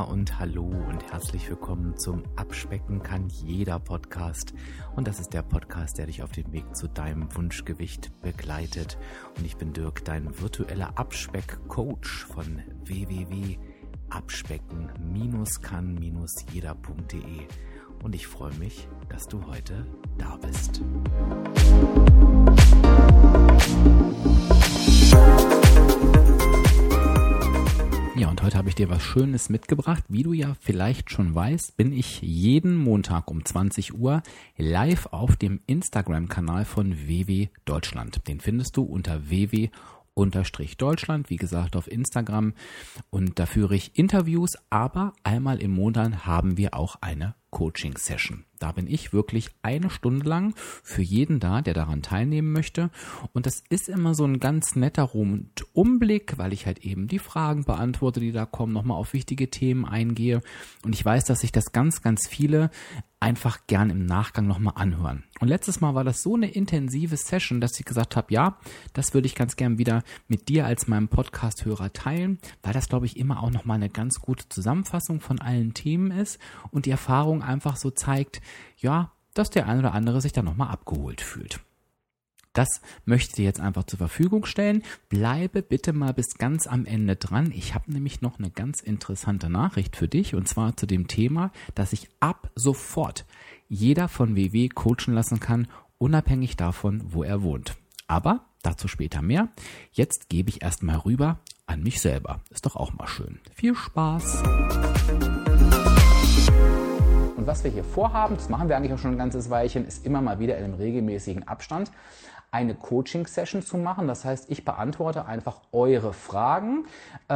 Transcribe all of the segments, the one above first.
und hallo und herzlich willkommen zum Abspecken kann jeder Podcast. Und das ist der Podcast, der dich auf dem Weg zu deinem Wunschgewicht begleitet. Und ich bin Dirk, dein virtueller Abspeck-Coach von www.abspecken-kann-jeder.de. Und ich freue mich, dass du heute da bist. Ja, und heute habe ich dir was Schönes mitgebracht. Wie du ja vielleicht schon weißt, bin ich jeden Montag um 20 Uhr live auf dem Instagram-Kanal von WW Deutschland. Den findest du unter WW_Deutschland, wie gesagt, auf Instagram. Und da führe ich Interviews, aber einmal im Monat haben wir auch eine Coaching-Session. Da bin ich wirklich 1 Stunde lang für jeden da, der daran teilnehmen möchte. Und das ist immer so ein ganz netter Rundumblick, weil ich halt eben die Fragen beantworte, die da kommen, nochmal auf wichtige Themen eingehe. Und ich weiß, dass sich das ganz viele einfach gern im Nachgang nochmal anhören. Und letztes Mal war das so eine intensive Session, dass ich gesagt habe, ja, das würde ich ganz gern wieder mit dir als meinem Podcast-Hörer teilen, weil das, glaube ich, immer auch nochmal eine ganz gute Zusammenfassung von allen Themen ist und die Erfahrung einfach so zeigt, ja, dass der ein oder andere sich da nochmal abgeholt fühlt. Das möchte ich dir jetzt einfach zur Verfügung stellen. Bleibe bitte mal bis ganz am Ende dran. Ich habe nämlich noch eine ganz interessante Nachricht für dich und zwar zu dem Thema, dass sich ab sofort jeder von WW coachen lassen kann, unabhängig davon, wo er wohnt. Aber dazu später mehr. Jetzt gebe ich erstmal rüber an mich selber. Ist doch auch mal schön. Viel Spaß! Und was wir hier vorhaben, das machen wir eigentlich auch schon ein ganzes Weilchen, ist immer mal wieder in einem regelmäßigen Abstand eine Coaching-Session zu machen. Das heißt, ich beantworte einfach eure Fragen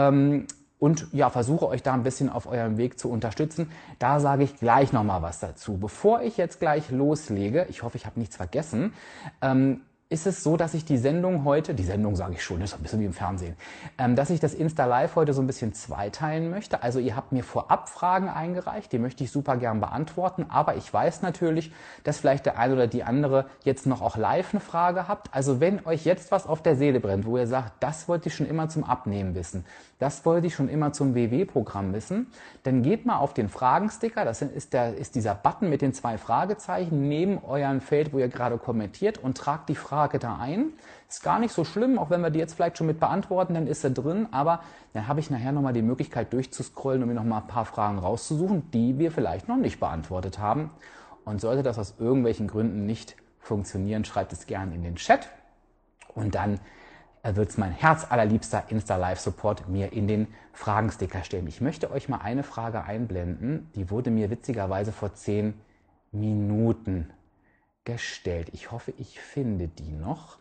und ja, versuche euch da ein bisschen auf eurem Weg zu unterstützen. Da sage ich gleich nochmal was dazu. Bevor ich jetzt gleich loslege, ich hoffe, ich habe nichts vergessen, ist es so, dass ich die Sendung heute, die Sendung sage ich schon, das ist ein bisschen wie im Fernsehen, dass ich das Insta-Live heute so ein bisschen zweiteilen möchte. Also ihr habt mir vorab Fragen eingereicht, die möchte ich super gern beantworten, aber ich weiß natürlich, dass vielleicht der eine oder die andere jetzt noch auch live eine Frage habt. Also wenn euch jetzt was auf der Seele brennt, wo ihr sagt, das wollte ich schon immer zum Abnehmen wissen, das wollte ich schon immer zum WW-Programm wissen, dann geht mal auf den Fragensticker, das ist dieser Button mit den 2 Fragezeichen neben eurem Feld, wo ihr gerade kommentiert und tragt die Frage da ein. Ist gar nicht so schlimm, auch wenn wir die jetzt vielleicht schon mit beantworten, dann ist sie drin, aber dann habe ich nachher nochmal die Möglichkeit durchzuscrollen, um mir nochmal ein paar Fragen rauszusuchen, die wir vielleicht noch nicht beantwortet haben. Und sollte das aus irgendwelchen Gründen nicht funktionieren, schreibt es gerne in den Chat und dann wird es mein herzallerliebster Insta-Live-Support mir in den Fragensticker stellen. Ich möchte euch mal eine Frage einblenden, die wurde mir witzigerweise vor 10 Minuten gestellt. Ich hoffe, ich finde die noch,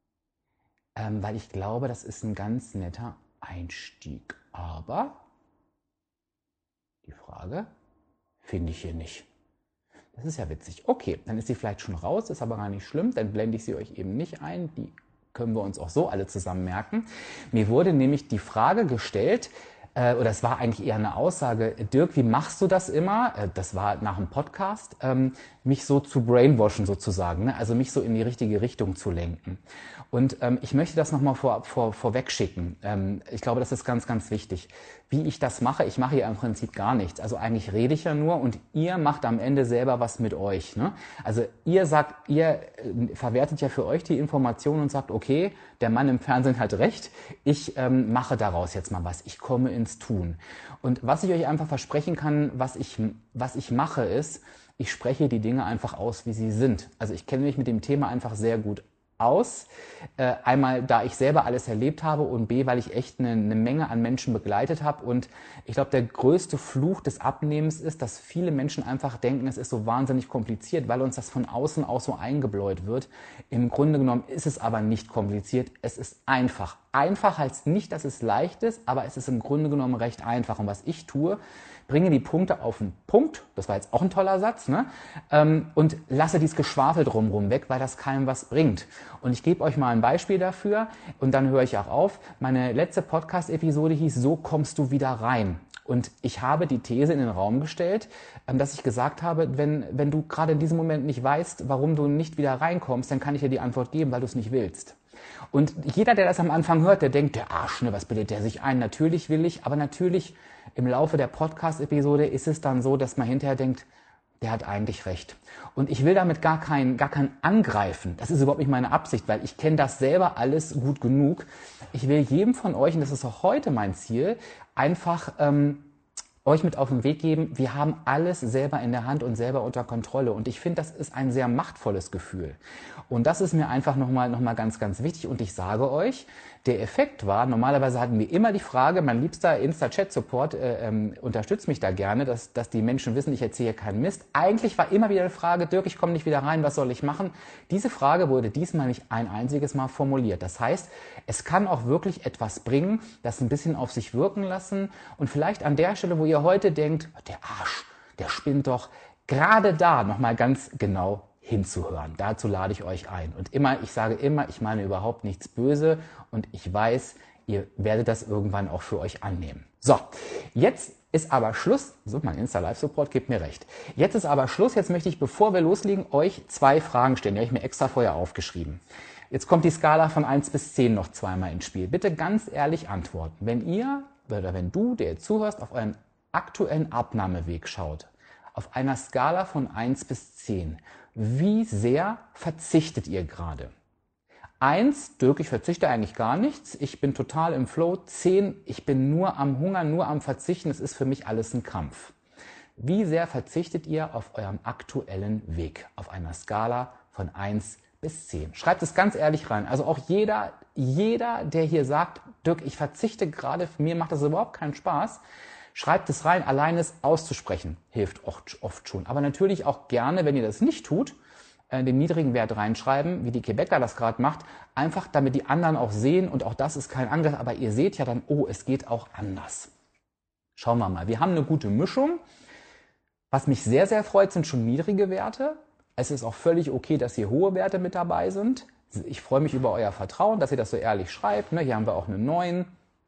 weil ich glaube, das ist ein ganz netter Einstieg. Aber die Frage finde ich hier nicht. Das ist ja witzig. Okay, dann ist sie vielleicht schon raus, ist aber gar nicht schlimm. Dann blende ich sie euch eben nicht ein. Die können wir uns auch so alle zusammen merken. Mir wurde nämlich die Frage gestellt, oder es war eigentlich eher eine Aussage, Dirk, wie machst du das immer? Das war nach dem Podcast, mich so zu brainwashen sozusagen, ne? Also mich so in die richtige Richtung zu lenken. Und ich möchte das nochmal vorweg schicken. Ich glaube, das ist ganz wichtig. Wie ich das mache, ich mache hier im Prinzip gar nichts. Also eigentlich rede ich ja nur und ihr macht am Ende selber was mit euch, ne? Also ihr verwertet ja für euch die Informationen und sagt, okay, der Mann im Fernsehen hat recht, ich mache daraus jetzt mal was, ich komme ins Tun. Und was ich euch einfach versprechen kann, was ich mache ist, ich spreche die Dinge einfach aus, wie sie sind. Also ich kenne mich mit dem Thema einfach sehr gut aus. Einmal, da ich selber alles erlebt habe und B, weil ich echt eine Menge an Menschen begleitet habe. Und ich glaube, der größte Fluch des Abnehmens ist, dass viele Menschen einfach denken, es ist so wahnsinnig kompliziert, weil uns das von außen auch so eingebläut wird. Im Grunde genommen ist es aber nicht kompliziert, es ist einfach. Einfach heißt nicht, dass es leicht ist, aber es ist im Grunde genommen recht einfach. Und was ich tue, bringe die Punkte auf den Punkt, das war jetzt auch ein toller Satz, ne? Und lasse dieses Geschwafel drumherum weg, weil das keinem was bringt. Und ich gebe euch mal ein Beispiel dafür und dann höre ich auch auf. Meine letzte Podcast-Episode hieß "So kommst du wieder rein". Und ich habe die These in den Raum gestellt, dass ich gesagt habe, wenn du gerade in diesem Moment nicht weißt, warum du nicht wieder reinkommst, dann kann ich dir die Antwort geben, weil du es nicht willst. Und jeder, der das am Anfang hört, der denkt, der Arsch, ne, was bildet der sich ein? Natürlich will ich, aber natürlich im Laufe der Podcast-Episode ist es dann so, dass man hinterher denkt, der hat eigentlich recht. Und ich will damit gar kein angreifen. Das ist überhaupt nicht meine Absicht, weil ich kenne das selber alles gut genug. Ich will jedem von euch, und das ist auch heute mein Ziel, einfach euch mit auf den Weg geben, wir haben alles selber in der Hand und selber unter Kontrolle. Und ich finde, das ist ein sehr machtvolles Gefühl. Und das ist mir einfach nochmal ganz, ganz wichtig. Und ich sage euch, der Effekt war, normalerweise hatten wir immer die Frage, mein liebster Insta-Chat-Support unterstützt mich da gerne, dass die Menschen wissen, ich erzähle keinen Mist. Eigentlich war immer wieder die Frage, Dirk, ich komme nicht wieder rein, was soll ich machen? Diese Frage wurde diesmal nicht ein einziges Mal formuliert. Das heißt, es kann auch wirklich etwas bringen, das ein bisschen auf sich wirken lassen und vielleicht an der Stelle, wo ihr heute denkt, der Arsch, der spinnt doch, gerade da nochmal ganz genau hinzuhören. Dazu lade ich euch ein. Und ich sage immer, ich meine überhaupt nichts böse und ich weiß, ihr werdet das irgendwann auch für euch annehmen. So, jetzt ist aber Schluss. So, mein Insta-Live-Support gibt mir recht. Jetzt ist aber Schluss. Jetzt möchte ich, bevor wir loslegen, euch 2 Fragen stellen. Die habe ich mir extra vorher aufgeschrieben. Jetzt kommt die Skala von 1 bis 10 noch zweimal ins Spiel. Bitte ganz ehrlich antworten. Wenn du, der jetzt zuhörst, auf euren aktuellen Abnahmeweg schaut, auf einer Skala von 1 bis 10, wie sehr verzichtet ihr gerade? 1, Dirk, ich verzichte eigentlich gar nichts, ich bin total im Flow. 10, ich bin nur am Hunger, nur am Verzichten, es ist für mich alles ein Kampf. Wie sehr verzichtet ihr auf eurem aktuellen Weg, auf einer Skala von 1 bis 10? Schreibt es ganz ehrlich rein. Also auch jeder, der hier sagt, Dirk, ich verzichte gerade, mir macht das überhaupt keinen Spaß, schreibt es rein, allein es auszusprechen hilft oft schon. Aber natürlich auch gerne, wenn ihr das nicht tut, den niedrigen Wert reinschreiben, wie die Quebecer das gerade macht, einfach damit die anderen auch sehen und auch das ist kein Angriff, aber ihr seht ja dann, oh, es geht auch anders. Schauen wir mal, wir haben eine gute Mischung. Was mich sehr, sehr freut, sind schon niedrige Werte. Es ist auch völlig okay, dass hier hohe Werte mit dabei sind. Ich freue mich über euer Vertrauen, dass ihr das so ehrlich schreibt. Hier haben wir auch eine 9.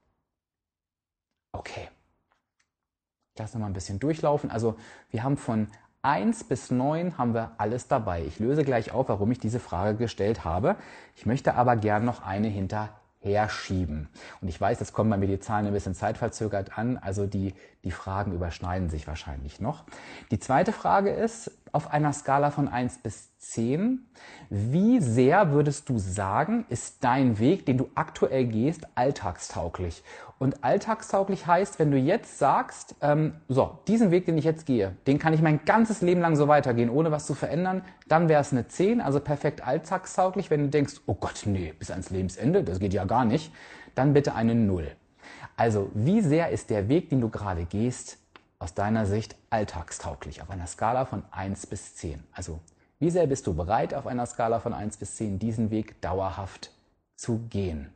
Okay. Ich lasse noch mal ein bisschen durchlaufen. Also wir haben von 1 bis 9 haben wir alles dabei. Ich löse gleich auf, warum ich diese Frage gestellt habe. Ich möchte aber gern noch eine hinterher schieben. Und ich weiß, jetzt kommen bei mir die Zahlen ein bisschen zeitverzögert an, also die Fragen überschneiden sich wahrscheinlich noch. Die zweite Frage ist, auf einer Skala von 1 bis 10, wie sehr würdest du sagen, ist dein Weg, den du aktuell gehst, alltagstauglich? Und alltagstauglich heißt, wenn du jetzt sagst, diesen Weg, den ich jetzt gehe, den kann ich mein ganzes Leben lang so weitergehen, ohne was zu verändern, dann wäre es eine 10, also perfekt alltagstauglich. Wenn du denkst, oh Gott, nee, bis ans Lebensende, das geht ja gar nicht, dann bitte eine 0. Also wie sehr ist der Weg, den du gerade gehst, aus deiner Sicht alltagstauglich auf einer Skala von 1 bis 10? Also wie sehr bist du bereit, auf einer Skala von 1 bis 10 diesen Weg dauerhaft zu gehen?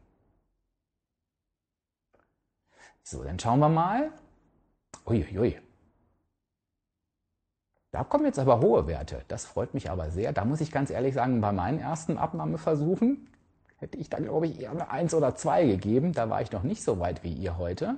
So, dann schauen wir mal. Uiuiui. Da kommen jetzt aber hohe Werte. Das freut mich aber sehr. Da muss ich ganz ehrlich sagen, bei meinen ersten Abnahmeversuchen hätte ich dann, glaube ich, eher eine 1 oder 2 gegeben. Da war ich noch nicht so weit wie ihr heute.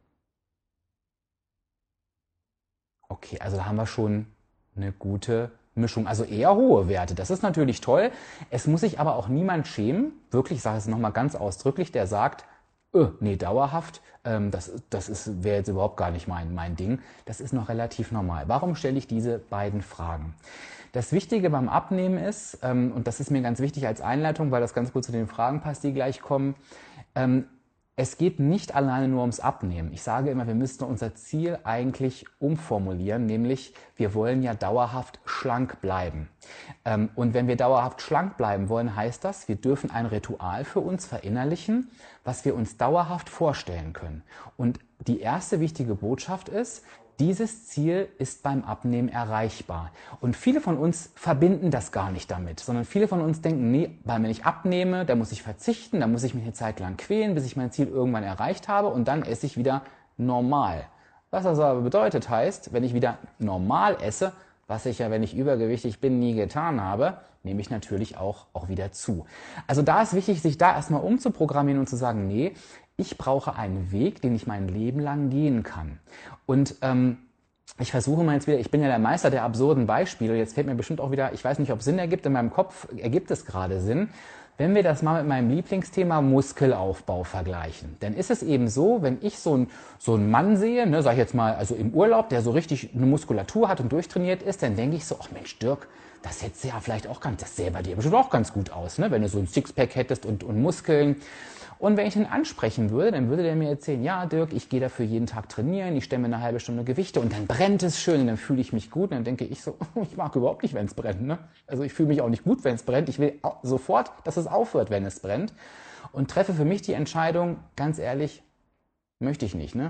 Okay, also da haben wir schon eine gute Mischung. Also eher hohe Werte. Das ist natürlich toll. Es muss sich aber auch niemand schämen. Wirklich, ich sage es nochmal ganz ausdrücklich, der sagt, nee, dauerhaft, das wäre jetzt überhaupt gar nicht mein Ding. Das ist noch relativ normal. Warum stelle ich diese beiden Fragen? Das Wichtige beim Abnehmen ist, und das ist mir ganz wichtig als Einleitung, weil das ganz gut zu den Fragen passt, die gleich kommen, es geht nicht alleine nur ums Abnehmen. Ich sage immer, wir müssten unser Ziel eigentlich umformulieren, nämlich wir wollen ja dauerhaft schlank bleiben. Und wenn wir dauerhaft schlank bleiben wollen, heißt das, wir dürfen ein Ritual für uns verinnerlichen, was wir uns dauerhaft vorstellen können. Und die erste wichtige Botschaft ist, dieses Ziel ist beim Abnehmen erreichbar. Und viele von uns verbinden das gar nicht damit, sondern viele von uns denken, nee, weil wenn ich abnehme, da muss ich verzichten, da muss ich mich eine Zeit lang quälen, bis ich mein Ziel irgendwann erreicht habe und dann esse ich wieder normal. Was das aber bedeutet heißt, wenn ich wieder normal esse, was ich ja, wenn ich übergewichtig bin, nie getan habe, nehme ich natürlich auch wieder zu. Also da ist wichtig, sich da erstmal umzuprogrammieren und zu sagen, nee, ich brauche einen Weg, den ich mein Leben lang gehen kann. Und ich versuche mal jetzt wieder, ich bin ja der Meister der absurden Beispiele, jetzt fällt mir bestimmt auch wieder, ich weiß nicht, ob es Sinn ergibt, in meinem Kopf ergibt es gerade Sinn. Wenn wir das mal mit meinem Lieblingsthema Muskelaufbau vergleichen, dann ist es eben so, wenn ich so einen Mann sehe, ne, sag ich jetzt mal, also im Urlaub, der so richtig eine Muskulatur hat und durchtrainiert ist, dann denke ich so, ach Mensch, Dirk, das hättest du ja vielleicht auch das sähe bei dir bestimmt auch ganz gut aus, ne, wenn du so ein Sixpack hättest und Muskeln. Und wenn ich ihn ansprechen würde, dann würde der mir erzählen, ja Dirk, ich gehe dafür jeden Tag trainieren, ich stemme eine halbe Stunde Gewichte und dann brennt es schön und dann fühle ich mich gut und dann denke ich so, ich mag überhaupt nicht, wenn es brennt. Ne? Also ich fühle mich auch nicht gut, wenn es brennt. Ich will sofort, dass es aufhört, wenn es brennt und treffe für mich die Entscheidung, ganz ehrlich, möchte ich nicht. Ne?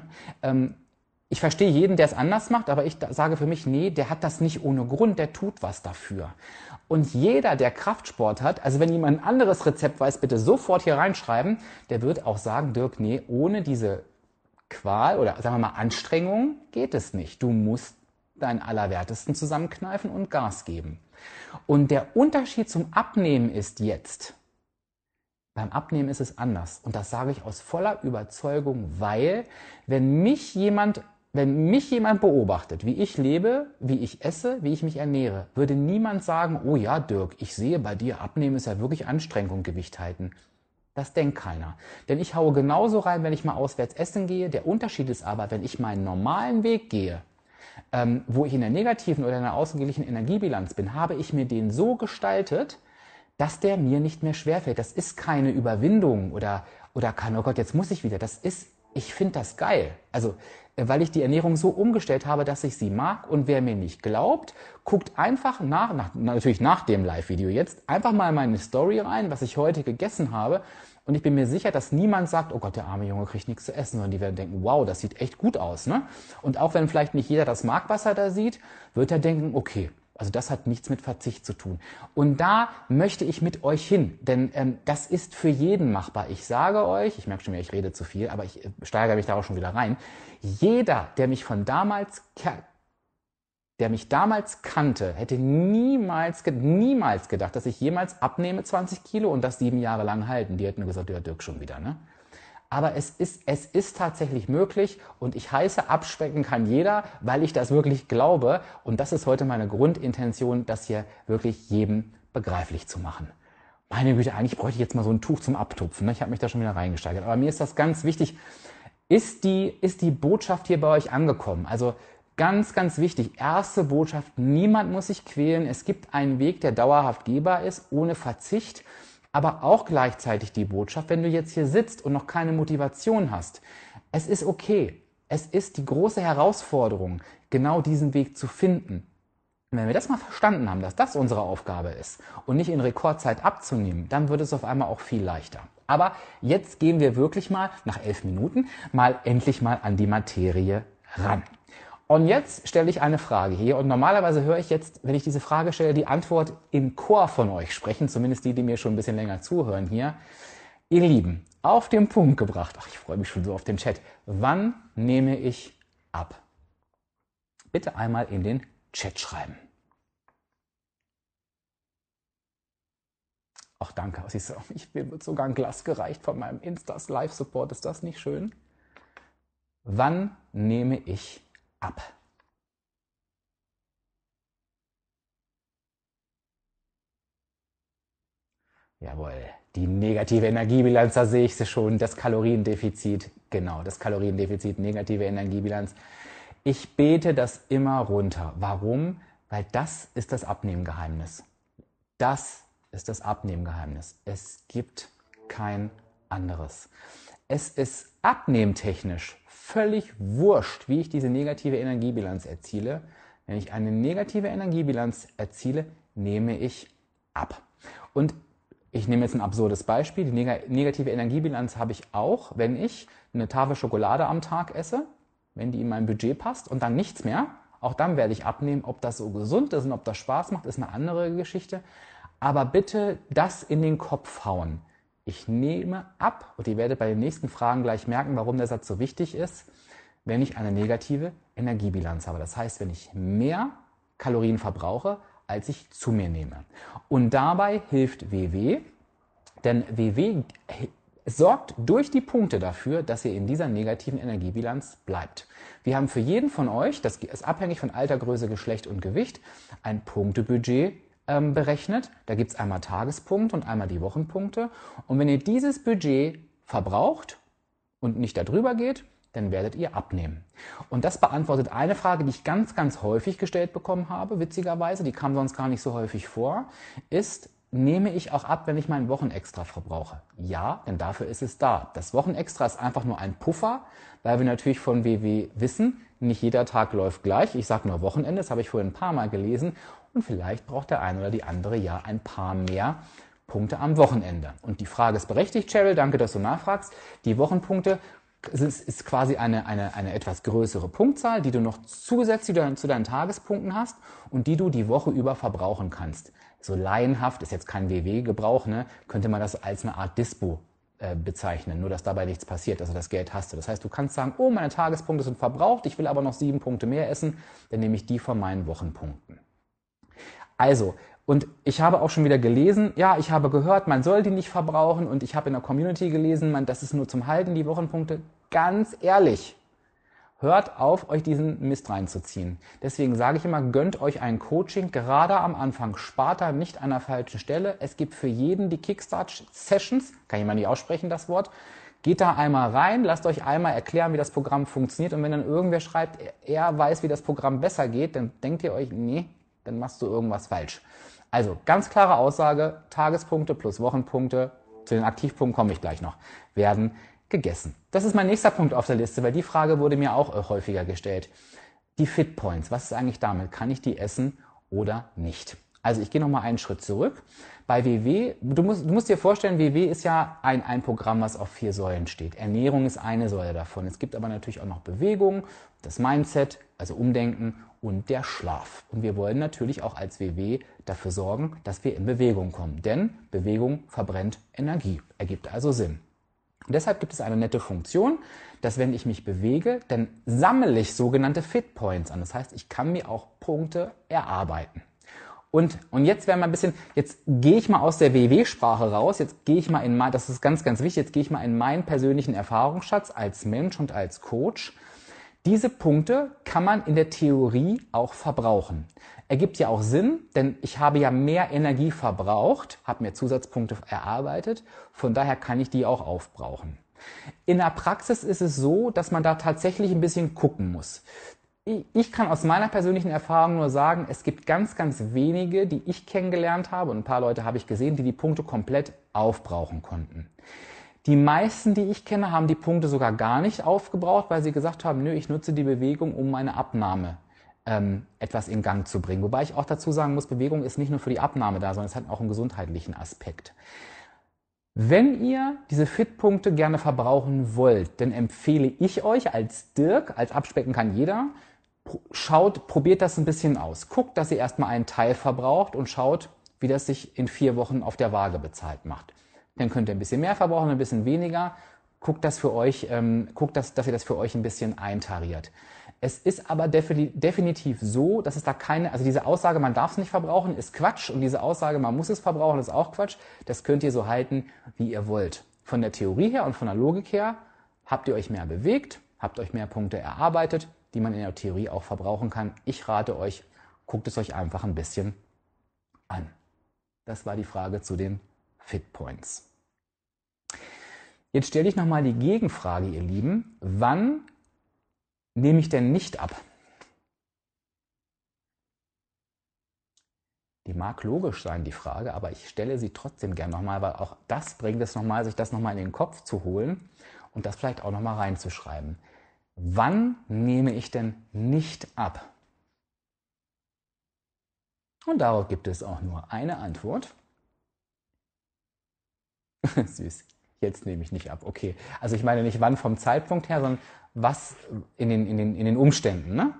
Ich verstehe jeden, der es anders macht, aber ich sage für mich, nee, der hat das nicht ohne Grund, der tut was dafür. Und jeder, der Kraftsport hat, also wenn jemand ein anderes Rezept weiß, bitte sofort hier reinschreiben, der wird auch sagen, Dirk, nee, ohne diese Qual oder sagen wir mal Anstrengung geht es nicht. Du musst deinen Allerwertesten zusammenkneifen und Gas geben. Und der Unterschied zum Abnehmen ist jetzt, beim Abnehmen ist es anders. Und das sage ich aus voller Überzeugung, weil wenn mich jemand beobachtet, wie ich lebe, wie ich esse, wie ich mich ernähre, würde niemand sagen, oh ja, Dirk, ich sehe bei dir, Abnehmen ist ja wirklich Anstrengung, Gewicht halten. Das denkt keiner. Denn ich haue genauso rein, wenn ich mal auswärts essen gehe. Der Unterschied ist aber, wenn ich meinen normalen Weg gehe, wo ich in der negativen oder in der ausgeglichenen Energiebilanz bin, habe ich mir den so gestaltet, dass der mir nicht mehr schwerfällt. Das ist keine Überwindung oder kein, oh Gott, jetzt muss ich wieder. Ich finde das geil. Also, weil ich die Ernährung so umgestellt habe, dass ich sie mag. Und wer mir nicht glaubt, guckt einfach natürlich nach dem Live-Video jetzt, einfach mal in meine Story rein, was ich heute gegessen habe. Und ich bin mir sicher, dass niemand sagt, oh Gott, der arme Junge kriegt nichts zu essen, sondern die werden denken, wow, das sieht echt gut aus. Ne? Und auch wenn vielleicht nicht jeder das mag, was er da sieht, wird er denken, okay, also das hat nichts mit Verzicht zu tun. Und da möchte ich mit euch hin, denn das ist für jeden machbar. Ich sage euch, ich merke schon wieder, ich rede zu viel, aber ich steigere mich da auch schon wieder rein. Jeder, der mich damals kannte, hätte niemals gedacht, dass ich jemals abnehme 20 Kilo und das 7 Jahre lang halten. Die hätten nur gesagt, ja Dirk schon wieder, ne? Aber es ist tatsächlich möglich und ich heiße, abspecken kann jeder, weil ich das wirklich glaube. Und das ist heute meine Grundintention, das hier wirklich jedem begreiflich zu machen. Meine Güte, eigentlich bräuchte ich jetzt mal so ein Tuch zum Abtupfen. Ne? Ich habe mich da schon wieder reingesteigert. Aber mir ist das ganz wichtig. Ist die Botschaft hier bei euch angekommen? Also ganz, ganz wichtig. Erste Botschaft, niemand muss sich quälen. Es gibt einen Weg, der dauerhaft gehbar ist, ohne Verzicht. Aber auch gleichzeitig die Botschaft, wenn du jetzt hier sitzt und noch keine Motivation hast, es ist okay. Es ist die große Herausforderung, genau diesen Weg zu finden. Und wenn wir das mal verstanden haben, dass das unsere Aufgabe ist und nicht in Rekordzeit abzunehmen, dann wird es auf einmal auch viel leichter. Aber jetzt gehen wir wirklich mal, nach 11 Minuten, endlich mal an die Materie ran. Und jetzt stelle ich eine Frage hier und normalerweise höre ich jetzt, wenn ich diese Frage stelle, die Antwort im Chor von euch sprechen, zumindest die mir schon ein bisschen länger zuhören hier. Ihr Lieben, auf den Punkt gebracht, ach, ich freue mich schon so auf den Chat. Wann nehme ich ab? Bitte einmal in den Chat schreiben. Ach danke, siehst du, mir wird sogar ein Glas gereicht von meinem Instas Live-Support, ist das nicht schön? Wann nehme ich ab? Jawohl, die negative Energiebilanz, da sehe ich sie schon, das Kaloriendefizit, genau, das Kaloriendefizit, negative Energiebilanz. Ich bete das immer runter. Warum? Weil das ist das Abnehmgeheimnis. Das ist das Abnehmgeheimnis. Es gibt kein anderes. Es ist abnehmtechnisch völlig wurscht, wie ich diese negative Energiebilanz erziele. Wenn ich eine negative Energiebilanz erziele, nehme ich ab. Und ich nehme jetzt ein absurdes Beispiel. Die negative Energiebilanz habe ich auch, wenn ich eine Tafel Schokolade am Tag esse, wenn die in mein Budget passt und dann nichts mehr. Auch dann werde ich abnehmen. Ob das so gesund ist und ob das Spaß macht, ist eine andere Geschichte. Aber bitte das in den Kopf hauen. Ich nehme ab, und ihr werdet bei den nächsten Fragen gleich merken, warum der Satz so wichtig ist, wenn ich eine negative Energiebilanz habe. Das heißt, wenn ich mehr Kalorien verbrauche, als ich zu mir nehme. Und dabei hilft WW, denn WW sorgt durch die Punkte dafür, dass ihr in dieser negativen Energiebilanz bleibt. Wir haben für jeden von euch, das ist abhängig von Alter, Größe, Geschlecht und Gewicht, ein Punktebudget berechnet. Da gibt es einmal Tagespunkte und einmal die Wochenpunkte. Und wenn ihr dieses Budget verbraucht und nicht darüber geht, dann werdet ihr abnehmen. Und das beantwortet eine Frage, die ich ganz, ganz häufig gestellt bekommen habe, witzigerweise, die kam sonst gar nicht so häufig vor, ist: Nehme ich auch ab, wenn ich mein Wochenextra verbrauche? Ja, denn dafür ist es da. Das Wochenextra ist einfach nur ein Puffer, weil wir natürlich von WW wissen, nicht jeder Tag läuft gleich. Ich sage nur Wochenende, das habe ich vorhin ein paar Mal gelesen. Und vielleicht braucht der eine oder die andere ja ein paar mehr Punkte am Wochenende. Und die Frage ist berechtigt, Cheryl, danke, dass du nachfragst. Die Wochenpunkte ist quasi eine etwas größere Punktzahl, die du noch zusätzlich zu deinen Tagespunkten hast und die du die Woche über verbrauchen kannst. So laienhaft, ist jetzt kein WW-Gebrauch, ne, könnte man das als eine Art Dispo bezeichnen, nur dass dabei nichts passiert, also das Geld hast du. Das heißt, du kannst sagen, oh, meine Tagespunkte sind verbraucht, ich will aber noch 7 Punkte mehr essen, dann nehme ich die von meinen Wochenpunkten. Also, und ich habe auch schon wieder gelesen, ja, ich habe gehört, man soll die nicht verbrauchen und ich habe in der Community gelesen, das ist nur zum Halten, die Wochenpunkte. Ganz ehrlich, hört auf, euch diesen Mist reinzuziehen. Deswegen sage ich immer, gönnt euch ein Coaching, gerade am Anfang. Spart da nicht an der falschen Stelle. Es gibt für jeden die Kickstart-Sessions, kann ich mal nicht aussprechen, das Wort. Geht da einmal rein, lasst euch einmal erklären, wie das Programm funktioniert. Und wenn dann irgendwer schreibt, er weiß, wie das Programm besser geht, dann denkt ihr euch, nee, dann machst du irgendwas falsch. Also ganz klare Aussage, Tagespunkte plus Wochenpunkte, zu den Aktivpunkten komme ich gleich noch, werden gegessen. Das ist mein nächster Punkt auf der Liste, weil die Frage wurde mir auch häufiger gestellt. Die Fit Points, was ist eigentlich damit? Kann ich die essen oder nicht? Also ich gehe nochmal einen Schritt zurück. Bei WW, du musst dir vorstellen, WW ist ja ein Programm, was auf 4 Säulen steht. Ernährung ist eine Säule davon. Es gibt aber natürlich auch noch Bewegung, das Mindset, also Umdenken und der Schlaf. Und wir wollen natürlich auch als WW dafür sorgen, dass wir in Bewegung kommen. Denn Bewegung verbrennt Energie, ergibt also Sinn. Und deshalb gibt es eine nette Funktion, dass wenn ich mich bewege, dann sammle ich sogenannte Fit Points an. Das heißt, ich kann mir auch Punkte erarbeiten. Und jetzt werden wir ein bisschen, jetzt gehe ich mal aus der WW-Sprache raus, jetzt gehe ich mal in das ist ganz, ganz wichtig, jetzt gehe ich mal in meinen persönlichen Erfahrungsschatz als Mensch und als Coach. Diese Punkte kann man in der Theorie auch verbrauchen. Ergibt ja auch Sinn, denn ich habe ja mehr Energie verbraucht, habe mir Zusatzpunkte erarbeitet, von daher kann ich die auch aufbrauchen. In der Praxis ist es so, dass man da tatsächlich ein bisschen gucken muss. Ich kann aus meiner persönlichen Erfahrung nur sagen, es gibt ganz, ganz wenige, die ich kennengelernt habe und ein paar Leute habe ich gesehen, die die Punkte komplett aufbrauchen konnten. Die meisten, die ich kenne, haben die Punkte sogar gar nicht aufgebraucht, weil sie gesagt haben, nö, ich nutze die Bewegung, um meine Abnahme etwas in Gang zu bringen. Wobei ich auch dazu sagen muss, Bewegung ist nicht nur für die Abnahme da, sondern es hat auch einen gesundheitlichen Aspekt. Wenn ihr diese Fit-Punkte gerne verbrauchen wollt, dann empfehle ich euch als Dirk, als abspecken kann jeder, probiert das ein bisschen aus. Guckt, dass ihr erstmal einen Teil verbraucht und schaut, wie das sich in 4 Wochen auf der Waage bezahlt macht. Dann könnt ihr ein bisschen mehr verbrauchen, ein bisschen weniger. Guckt, dass ihr das für euch ein bisschen eintariert. Es ist aber definitiv so, dass es da also diese Aussage, man darf es nicht verbrauchen, ist Quatsch. Und diese Aussage, man muss es verbrauchen, ist auch Quatsch. Das könnt ihr so halten, wie ihr wollt. Von der Theorie her und von der Logik her habt ihr euch mehr bewegt, habt euch mehr Punkte erarbeitet, die man in der Theorie auch verbrauchen kann. Ich rate euch, guckt es euch einfach ein bisschen an. Das war die Frage zu den Fit Points. Jetzt stelle ich nochmal die Gegenfrage, ihr Lieben. Wann nehme ich denn nicht ab? Die mag logisch sein, die Frage, aber ich stelle sie trotzdem gern nochmal, weil auch das bringt es nochmal, sich das nochmal in den Kopf zu holen und das vielleicht auch nochmal reinzuschreiben. Wann nehme ich denn nicht ab? Und darauf gibt es auch nur eine Antwort. Süß. Jetzt nehme ich nicht ab. Okay. Also ich meine nicht wann vom Zeitpunkt her, sondern was in den Umständen, ne?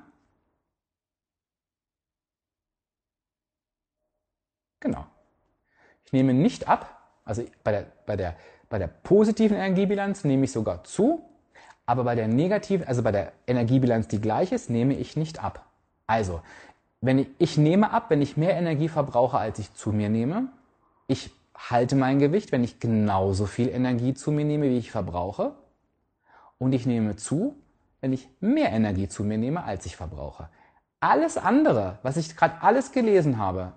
Genau. Ich nehme nicht ab, also bei der positiven Energiebilanz nehme ich sogar zu, aber bei der negativen, also bei der Energiebilanz, die gleich ist, nehme ich nicht ab. Also, ich nehme ab, wenn ich mehr Energie verbrauche, als ich zu mir nehme. Ich halte mein Gewicht, wenn ich genauso viel Energie zu mir nehme, wie ich verbrauche. Und ich nehme zu, wenn ich mehr Energie zu mir nehme, als ich verbrauche. Alles andere, was ich gerade alles gelesen habe,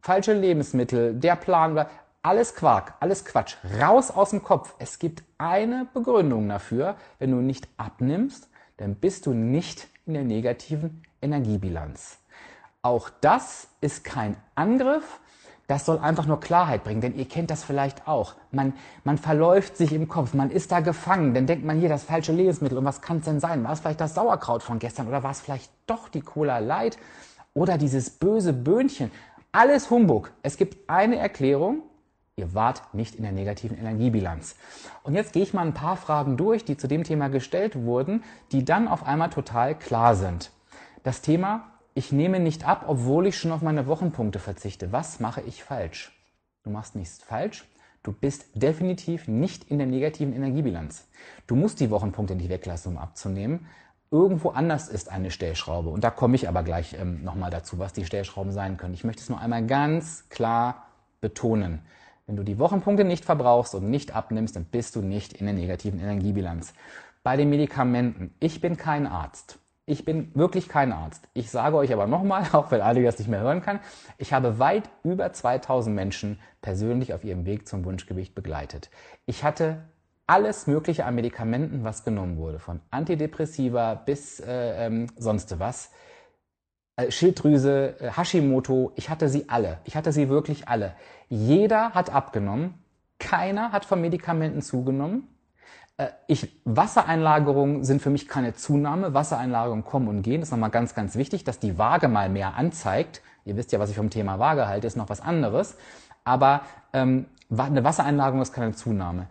falsche Lebensmittel, der Plan, alles Quark, alles Quatsch, raus aus dem Kopf. Es gibt eine Begründung dafür: wenn du nicht abnimmst, dann bist du nicht in der negativen Energiebilanz. Auch das ist kein Angriff, das soll einfach nur Klarheit bringen, denn ihr kennt das vielleicht auch. Man verläuft sich im Kopf, man ist da gefangen, dann denkt man hier das falsche Lebensmittel und was kann es denn sein? War es vielleicht das Sauerkraut von gestern oder war es vielleicht doch die Cola Light oder dieses böse Böhnchen? Alles Humbug. Es gibt eine Erklärung: ihr wart nicht in der negativen Energiebilanz. Und jetzt gehe ich mal ein paar Fragen durch, die zu dem Thema gestellt wurden, die dann auf einmal total klar sind. Das Thema: ich nehme nicht ab, obwohl ich schon auf meine Wochenpunkte verzichte. Was mache ich falsch? Du machst nichts falsch. Du bist definitiv nicht in der negativen Energiebilanz. Du musst die Wochenpunkte nicht weglassen, um abzunehmen. Irgendwo anders ist eine Stellschraube. Und da komme ich aber gleich nochmal dazu, was die Stellschrauben sein können. Ich möchte es nur einmal ganz klar betonen. Wenn du die Wochenpunkte nicht verbrauchst und nicht abnimmst, dann bist du nicht in der negativen Energiebilanz. Bei den Medikamenten: ich bin kein Arzt. Ich bin wirklich kein Arzt. Ich sage euch aber nochmal, auch wenn einige das nicht mehr hören kann, ich habe weit über 2000 Menschen persönlich auf ihrem Weg zum Wunschgewicht begleitet. Ich hatte alles Mögliche an Medikamenten, was genommen wurde, von Antidepressiva bis sonst was. Schilddrüse, Hashimoto, ich hatte sie alle. Ich hatte sie wirklich alle. Jeder hat abgenommen, keiner hat von Medikamenten zugenommen. Wassereinlagerungen sind für mich keine Zunahme. Wassereinlagerungen kommen und gehen. Das ist nochmal ganz, ganz wichtig, dass die Waage mal mehr anzeigt. Ihr wisst ja, was ich vom Thema Waage halte, ist noch was anderes. Aber eine Wassereinlagerung ist keine Zunahme.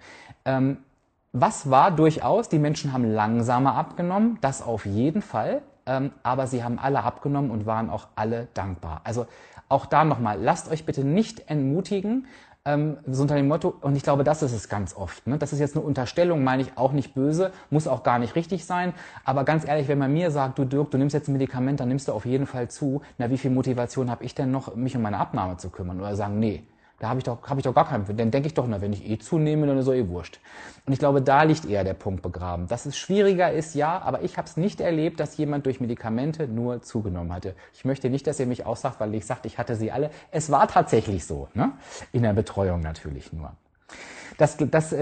Was war durchaus? Die Menschen haben langsamer abgenommen, das auf jeden Fall. Aber sie haben alle abgenommen und waren auch alle dankbar. Also auch da nochmal, lasst euch bitte nicht entmutigen, so unter dem Motto, und ich glaube, das ist es ganz oft. Ne? Das ist jetzt eine Unterstellung, meine ich auch nicht böse, muss auch gar nicht richtig sein. Aber ganz ehrlich, wenn man mir sagt, du Dirk, du nimmst jetzt ein Medikament, dann nimmst du auf jeden Fall zu. Na, wie viel Motivation habe ich denn noch, mich um meine Abnahme zu kümmern? Oder sagen, nee, da habe ich doch gar keinen. Dann denke ich doch, na, wenn ich zunehme, dann ist so wurscht. Und ich glaube, da liegt eher der Punkt begraben. Dass es schwieriger ist, ja, aber ich habe es nicht erlebt, dass jemand durch Medikamente nur zugenommen hatte. Ich möchte nicht, dass ihr mich aussagt, weil ich sagte, ich hatte sie alle. Es war tatsächlich so, ne? In der Betreuung natürlich nur. Das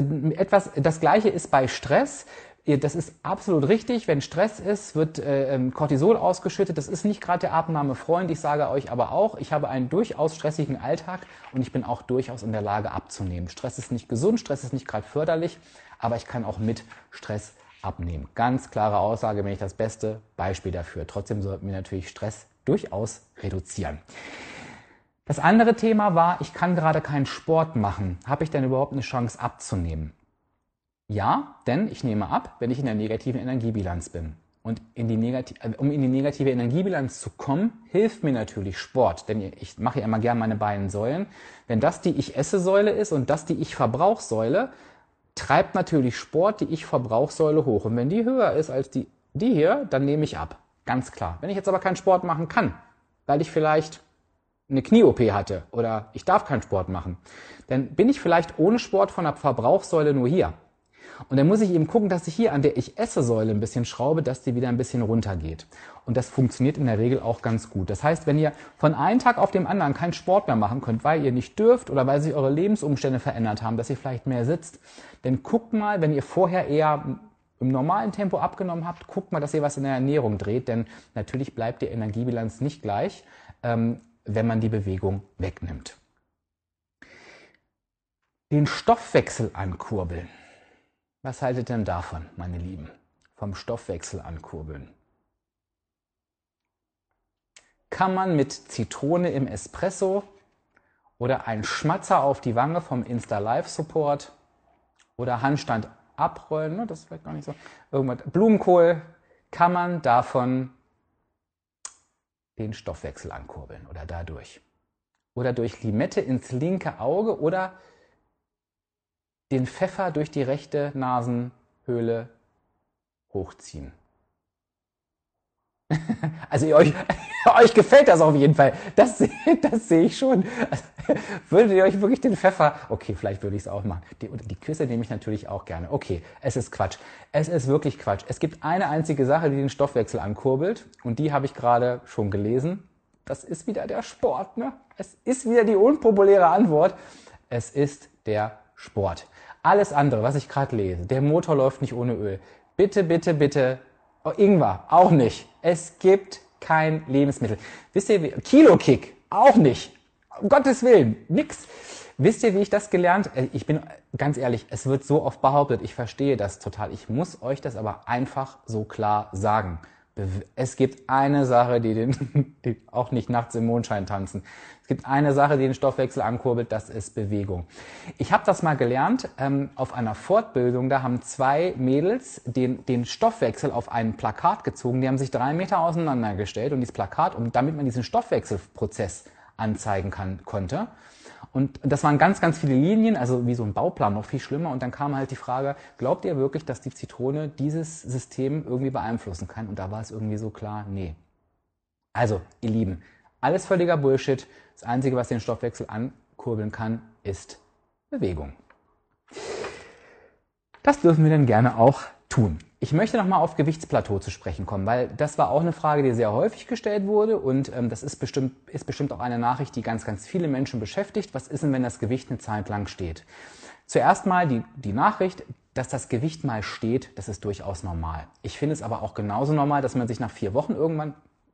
Gleiche ist bei Stress. Das ist absolut richtig. Wenn Stress ist, wird Cortisol ausgeschüttet. Das ist nicht gerade der Abnahmefreund. Ich sage euch aber auch, ich habe einen durchaus stressigen Alltag und ich bin auch durchaus in der Lage abzunehmen. Stress ist nicht gesund, Stress ist nicht gerade förderlich, aber ich kann auch mit Stress abnehmen. Ganz klare Aussage, bin ich das beste Beispiel dafür. Trotzdem sollten wir natürlich Stress durchaus reduzieren. Das andere Thema war, ich kann gerade keinen Sport machen. Habe ich denn überhaupt eine Chance abzunehmen? Ja, denn ich nehme ab, wenn ich in der negativen Energiebilanz bin. Und um in die negative Energiebilanz zu kommen, hilft mir natürlich Sport. Denn ich mache ja immer gern meine beiden Säulen. Wenn das die Ich-Esse-Säule ist und das die Ich-Verbrauchssäule, treibt natürlich Sport die Ich-Verbrauchssäule hoch. Und wenn die höher ist als die hier, dann nehme ich ab. Ganz klar. Wenn ich jetzt aber keinen Sport machen kann, weil ich vielleicht eine Knie-OP hatte oder ich darf keinen Sport machen, dann bin ich vielleicht ohne Sport von der Verbrauchssäule nur hier. Und dann muss ich eben gucken, dass ich hier an der Ich-Esse-Säule ein bisschen schraube, dass die wieder ein bisschen runtergeht. Und das funktioniert in der Regel auch ganz gut. Das heißt, wenn ihr von einem Tag auf den anderen keinen Sport mehr machen könnt, weil ihr nicht dürft oder weil sich eure Lebensumstände verändert haben, dass ihr vielleicht mehr sitzt, dann guckt mal, wenn ihr vorher eher im normalen Tempo abgenommen habt, guckt mal, dass ihr was in der Ernährung dreht, denn natürlich bleibt die Energiebilanz nicht gleich, wenn man die Bewegung wegnimmt. Den Stoffwechsel ankurbeln. Was haltet ihr denn davon, meine Lieben? Vom Stoffwechsel ankurbeln. Kann man mit Zitrone im Espresso oder ein Schmatzer auf die Wange vom Insta-Live-Support oder Handstand abrollen, ne, das ist vielleicht gar nicht so, irgendwas, Blumenkohl, kann man davon den Stoffwechsel ankurbeln oder dadurch. Oder durch Limette ins linke Auge oder den Pfeffer durch die rechte Nasenhöhle hochziehen. Also euch gefällt das auf jeden Fall. Das sehe ich schon. Also, würdet ihr euch wirklich den Pfeffer... Okay, vielleicht würde ich es auch machen. Die Küsse nehme ich natürlich auch gerne. Okay, es ist Quatsch. Es ist wirklich Quatsch. Es gibt eine einzige Sache, die den Stoffwechsel ankurbelt. Und die habe ich gerade schon gelesen. Das ist wieder der Sport, ne? Es ist wieder die unpopuläre Antwort. Es ist der Sport. Alles andere, was ich gerade lese, der Motor läuft nicht ohne Öl. Bitte, bitte, bitte, oh, Ingwer, auch nicht. Es gibt kein Lebensmittel. Wisst ihr, Kilo-Kick, auch nicht. Um Gottes Willen, nix. Wisst ihr, wie ich das gelernt? Ich bin ganz ehrlich, es wird so oft behauptet, ich verstehe das total. Ich muss euch das aber einfach so klar sagen. Es gibt eine Sache, die auch nicht nachts im Mondschein tanzen. Es gibt eine Sache, die den Stoffwechsel ankurbelt, das ist Bewegung. Ich habe das mal gelernt auf einer Fortbildung. Da haben 2 Mädels den Stoffwechsel auf ein Plakat gezogen. Die haben sich 3 Meter auseinandergestellt und dieses Plakat, damit man diesen Stoffwechselprozess anzeigen konnte. Und das waren ganz, ganz viele Linien, also wie so ein Bauplan, noch viel schlimmer. Und dann kam halt die Frage, glaubt ihr wirklich, dass die Zitrone dieses System irgendwie beeinflussen kann? Und da war es irgendwie so klar, nee. Also, ihr Lieben, alles völliger Bullshit. Das Einzige, was den Stoffwechsel ankurbeln kann, ist Bewegung. Das dürfen wir dann gerne auch tun. Ich möchte nochmal auf Gewichtsplateau zu sprechen kommen, weil das war auch eine Frage, die sehr häufig gestellt wurde und das ist bestimmt auch eine Nachricht, die ganz, ganz viele Menschen beschäftigt. Was ist denn, wenn das Gewicht eine Zeit lang steht? Zuerst mal die Nachricht, dass das Gewicht mal steht, das ist durchaus normal. Ich finde es aber auch genauso normal, dass man sich nach 4 Wochen irgendwann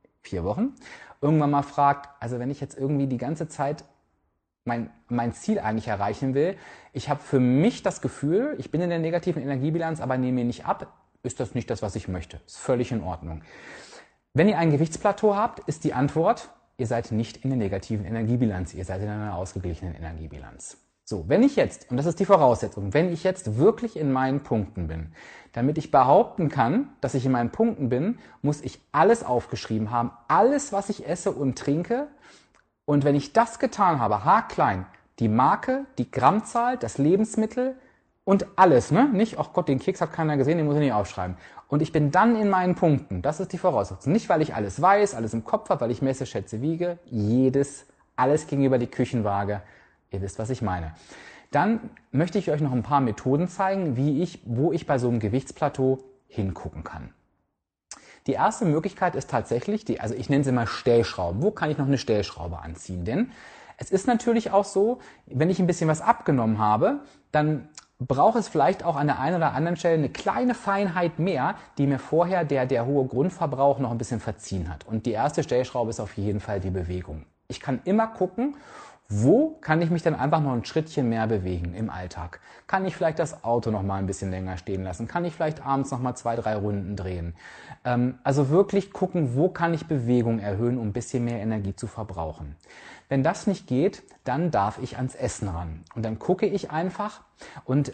mal fragt, also wenn ich jetzt irgendwie die ganze Zeit mein Ziel eigentlich erreichen will, ich habe für mich das Gefühl, ich bin in der negativen Energiebilanz, aber nehme mir nicht ab, ist das nicht das, was ich möchte. Ist völlig in Ordnung. Wenn ihr ein Gewichtsplateau habt, ist die Antwort, ihr seid nicht in der negativen Energiebilanz, ihr seid in einer ausgeglichenen Energiebilanz. So, wenn ich jetzt, und das ist die Voraussetzung, wenn ich jetzt wirklich in meinen Punkten bin, damit ich behaupten kann, dass ich in meinen Punkten bin, muss ich alles aufgeschrieben haben, alles, was ich esse und trinke. Und wenn ich das getan habe, haarklein, die Marke, die Grammzahl, das Lebensmittel und alles, ne? Nicht, ach Gott, den Keks hat keiner gesehen, den muss ich nicht aufschreiben. Und ich bin dann in meinen Punkten. Das ist die Voraussetzung. Nicht, weil ich alles weiß, alles im Kopf habe, weil ich messe, schätze, wiege. Alles gegenüber die Küchenwaage. Ihr wisst, was ich meine. Dann möchte ich euch noch ein paar Methoden zeigen, wo ich bei so einem Gewichtsplateau hingucken kann. Die erste Möglichkeit ist tatsächlich, also ich nenne sie mal Stellschrauben. Wo kann ich noch eine Stellschraube anziehen? Denn es ist natürlich auch so, wenn ich ein bisschen was abgenommen habe, dann braucht es vielleicht auch an der einen oder anderen Stelle eine kleine Feinheit mehr, die mir vorher der hohe Grundverbrauch noch ein bisschen verziehen hat. Und die erste Stellschraube ist auf jeden Fall die Bewegung. Ich kann immer gucken, wo kann ich mich dann einfach noch ein Schrittchen mehr bewegen im Alltag? Kann ich vielleicht das Auto noch mal ein bisschen länger stehen lassen? Kann ich vielleicht abends noch mal 2, 3 Runden drehen? Also wirklich gucken, wo kann ich Bewegung erhöhen, um ein bisschen mehr Energie zu verbrauchen. Wenn das nicht geht, dann darf ich ans Essen ran. Und dann gucke ich einfach und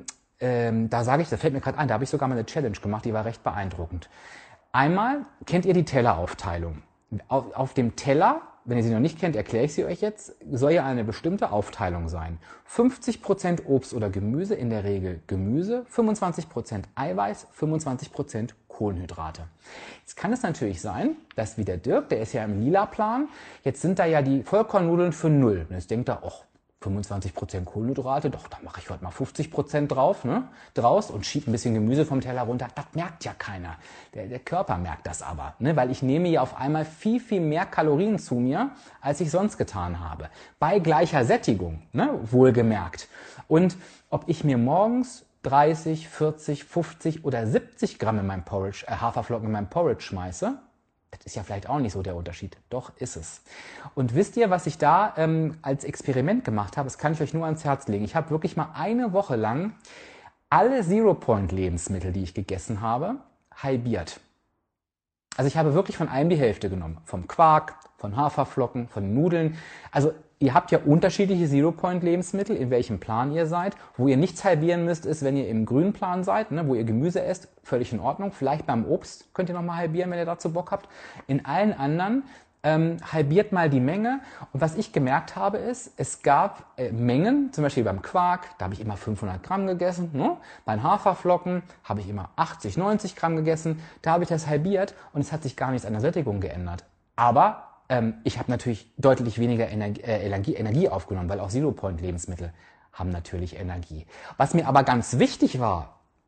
da fällt mir gerade ein, da habe ich sogar mal eine Challenge gemacht, die war recht beeindruckend. Einmal, kennt ihr die Telleraufteilung? Auf dem Teller, wenn ihr sie noch nicht kennt, erkläre ich sie euch jetzt, soll ja eine bestimmte Aufteilung sein. 50% Obst oder Gemüse, in der Regel Gemüse, 25% Eiweiß, 25% Kohlenhydrate. Jetzt kann es natürlich sein, dass wie der Dirk, der ist ja im Lila-Plan, jetzt sind da ja die Vollkornnudeln für 0. Und jetzt denkt er, 25% Kohlenhydrate, doch, da mache ich heute mal 50% draus und schiebe ein bisschen Gemüse vom Teller runter. Das merkt ja keiner. Der Körper merkt das aber, ne? Weil ich nehme ja auf einmal viel, viel mehr Kalorien zu mir, als ich sonst getan habe. Bei gleicher Sättigung, ne? Wohlgemerkt. Und ob ich mir morgens 30, 40, 50 oder 70 Gramm in meinem Porridge, Haferflocken in meinem Porridge schmeiße, das ist ja vielleicht auch nicht so der Unterschied. Doch, ist es. Und wisst ihr, was ich da als Experiment gemacht habe? Das kann ich euch nur ans Herz legen. Ich habe wirklich mal eine Woche lang alle Zero-Point-Lebensmittel, die ich gegessen habe, halbiert. Also ich habe wirklich von allem die Hälfte genommen. Vom Quark, von Haferflocken, von Nudeln. Also ihr habt ja unterschiedliche Zero-Point-Lebensmittel, in welchem Plan ihr seid. Wo ihr nichts halbieren müsst, ist, wenn ihr im grünen Plan seid, ne, wo ihr Gemüse esst, völlig in Ordnung. Vielleicht beim Obst könnt ihr nochmal halbieren, wenn ihr dazu Bock habt. In allen anderen halbiert mal die Menge. Und was ich gemerkt habe ist, es gab Mengen, zum Beispiel beim Quark, da habe ich immer 500 Gramm gegessen. Ne? Bei den Haferflocken habe ich immer 80, 90 Gramm gegessen. Da habe ich das halbiert und es hat sich gar nichts an der Sättigung geändert. Aber ich habe natürlich deutlich weniger Energie aufgenommen, weil auch Zero-Point-Lebensmittel haben natürlich Energie. Was mir aber ganz wichtig war,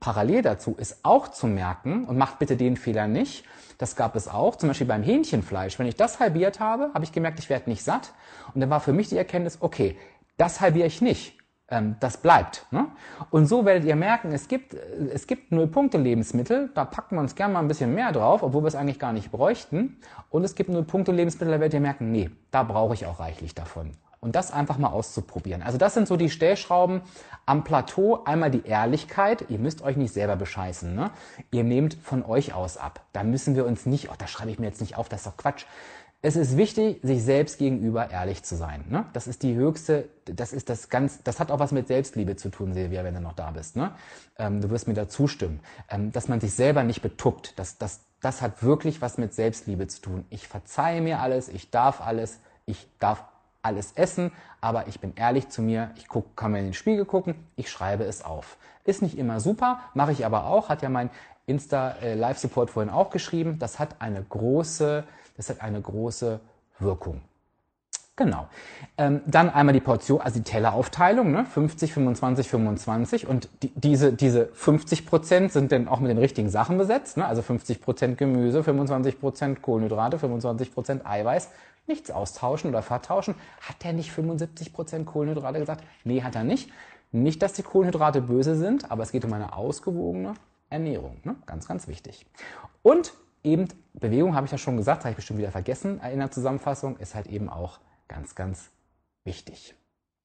parallel dazu ist auch zu merken, und macht bitte den Fehler nicht, das gab es auch, zum Beispiel beim Hähnchenfleisch. Wenn ich das halbiert habe, habe ich gemerkt, ich werde nicht satt. Und dann war für mich die Erkenntnis, okay, das halbiere ich nicht. Das bleibt. Ne? Und so werdet ihr merken, es gibt 0-Punkte-Lebensmittel, da packen wir uns gerne mal ein bisschen mehr drauf, obwohl wir es eigentlich gar nicht bräuchten. Und es gibt 0-Punkte-Lebensmittel, da werdet ihr merken, nee, da brauche ich auch reichlich davon. Und das einfach mal auszuprobieren. Also das sind so die Stellschrauben am Plateau. Einmal die Ehrlichkeit. Ihr müsst euch nicht selber bescheißen. Ne? Ihr nehmt von euch aus ab. Da müssen wir uns nicht, da schreibe ich mir jetzt nicht auf, das ist doch Quatsch. Es ist wichtig, sich selbst gegenüber ehrlich zu sein. Ne? Das ist die höchste, das hat auch was mit Selbstliebe zu tun, Silvia, wenn du noch da bist. Ne? Du wirst mir da zustimmen. Dass man sich selber nicht betuppt, das hat wirklich was mit Selbstliebe zu tun. Ich verzeihe mir alles, ich darf alles essen, aber ich bin ehrlich zu mir, kann mir in den Spiegel gucken, ich schreibe es auf. Ist nicht immer super, mache ich aber auch, hat ja mein Insta-Live-Support vorhin auch geschrieben, das hat eine große Wirkung. Genau. Dann einmal die Portion, also die Telleraufteilung, ne? 50, 25, 25 und diese 50% sind dann auch mit den richtigen Sachen besetzt, ne? Also 50% Gemüse, 25% Kohlenhydrate, 25% Eiweiß. Nichts austauschen oder vertauschen. Hat der nicht 75% Kohlenhydrate gesagt? Nee, hat er nicht. Nicht, dass die Kohlenhydrate böse sind, aber es geht um eine ausgewogene Ernährung. Ne? Ganz, ganz wichtig. Und eben Bewegung, habe ich ja schon gesagt, habe ich bestimmt wieder vergessen in der Zusammenfassung, ist halt eben auch ganz, ganz wichtig.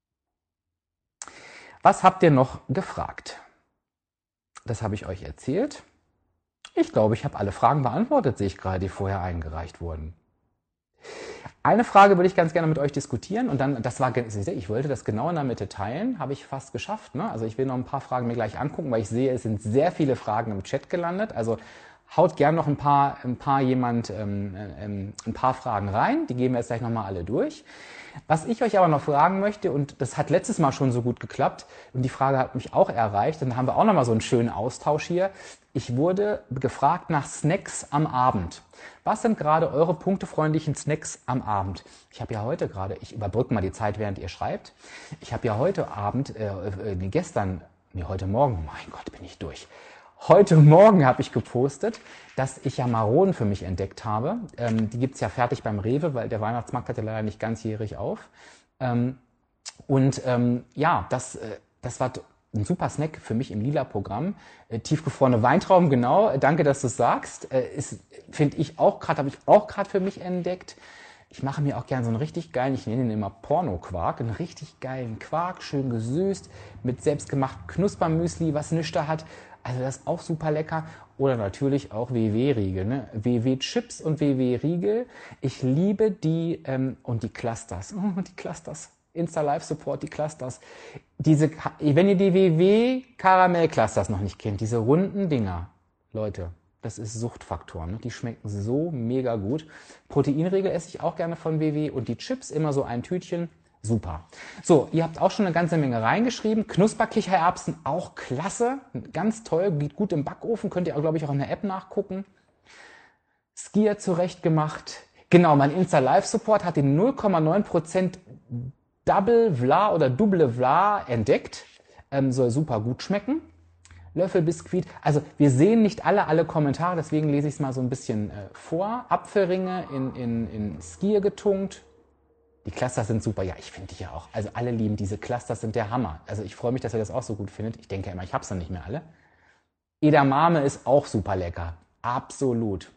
Was habt ihr noch gefragt? Das habe ich euch erzählt. Ich glaube, ich habe alle Fragen beantwortet, sehe ich gerade, die vorher eingereicht wurden. Eine Frage würde ich ganz gerne mit euch diskutieren und dann, ich wollte das genau in der Mitte teilen, habe ich fast geschafft. Ne? Also ich will noch ein paar Fragen mir gleich angucken, weil ich sehe, es sind sehr viele Fragen im Chat gelandet. Also haut gern noch ein paar Fragen rein, die gehen wir jetzt gleich nochmal alle durch. Was ich euch aber noch fragen möchte, und das hat letztes Mal schon so gut geklappt, und die Frage hat mich auch erreicht, dann haben wir auch nochmal so einen schönen Austausch hier. Ich wurde gefragt nach Snacks am Abend. Was sind gerade eure punktefreundlichen Snacks am Abend? Ich habe ja heute gerade, ich überbrücke mal die Zeit, während ihr schreibt, ich habe ja heute Morgen, mein Gott, bin ich durch. Heute Morgen habe ich gepostet, dass ich ja Maronen für mich entdeckt habe. Die gibt's ja fertig beim Rewe, weil der Weihnachtsmarkt hat ja leider nicht ganzjährig auf. Das war ein super Snack für mich im Lila-Programm. Tiefgefrorene Weintrauben, genau. Danke, dass du es sagst. Finde ich auch gerade, habe ich auch gerade für mich entdeckt. Ich mache mir auch gerne so einen richtig geilen, ich nenne ihn immer Porno-Quark, einen richtig geilen Quark, schön gesüßt, mit selbstgemachtem Knuspermüsli, was Nischter hat. Also das ist auch super lecker. Oder natürlich auch WW-Riegel, ne? WW-Chips und WW-Riegel. Ich liebe die und die Clusters. Oh, die Clusters. Insta-Live-Support, die Clusters. Wenn ihr die WW-Karamell-Clusters noch nicht kennt, diese runden Dinger, Leute, das ist Suchtfaktor. Ne? Die schmecken so mega gut. Proteinriegel esse ich auch gerne von WW und die Chips immer so ein Tütchen. Super. So, ihr habt auch schon eine ganze Menge reingeschrieben. Knusperkichererbsen, auch klasse. Ganz toll, geht gut im Backofen. Könnt ihr, glaube ich, auch in der App nachgucken. Skier zurechtgemacht. Genau, mein Insta-Live-Support hat den 0,9% Double Vla oder Double Vla entdeckt. Soll super gut schmecken. Löffelbiskuit. Also wir sehen nicht alle Kommentare, deswegen lese ich es mal so ein bisschen vor. Apfelringe in Skier getunkt. Die Clusters sind super. Ja, ich finde die ja auch. Also alle lieben diese Clusters, sind der Hammer. Also ich freue mich, dass ihr das auch so gut findet. Ich denke immer, ich habe es dann nicht mehr alle. Edamame ist auch super lecker. Absolut.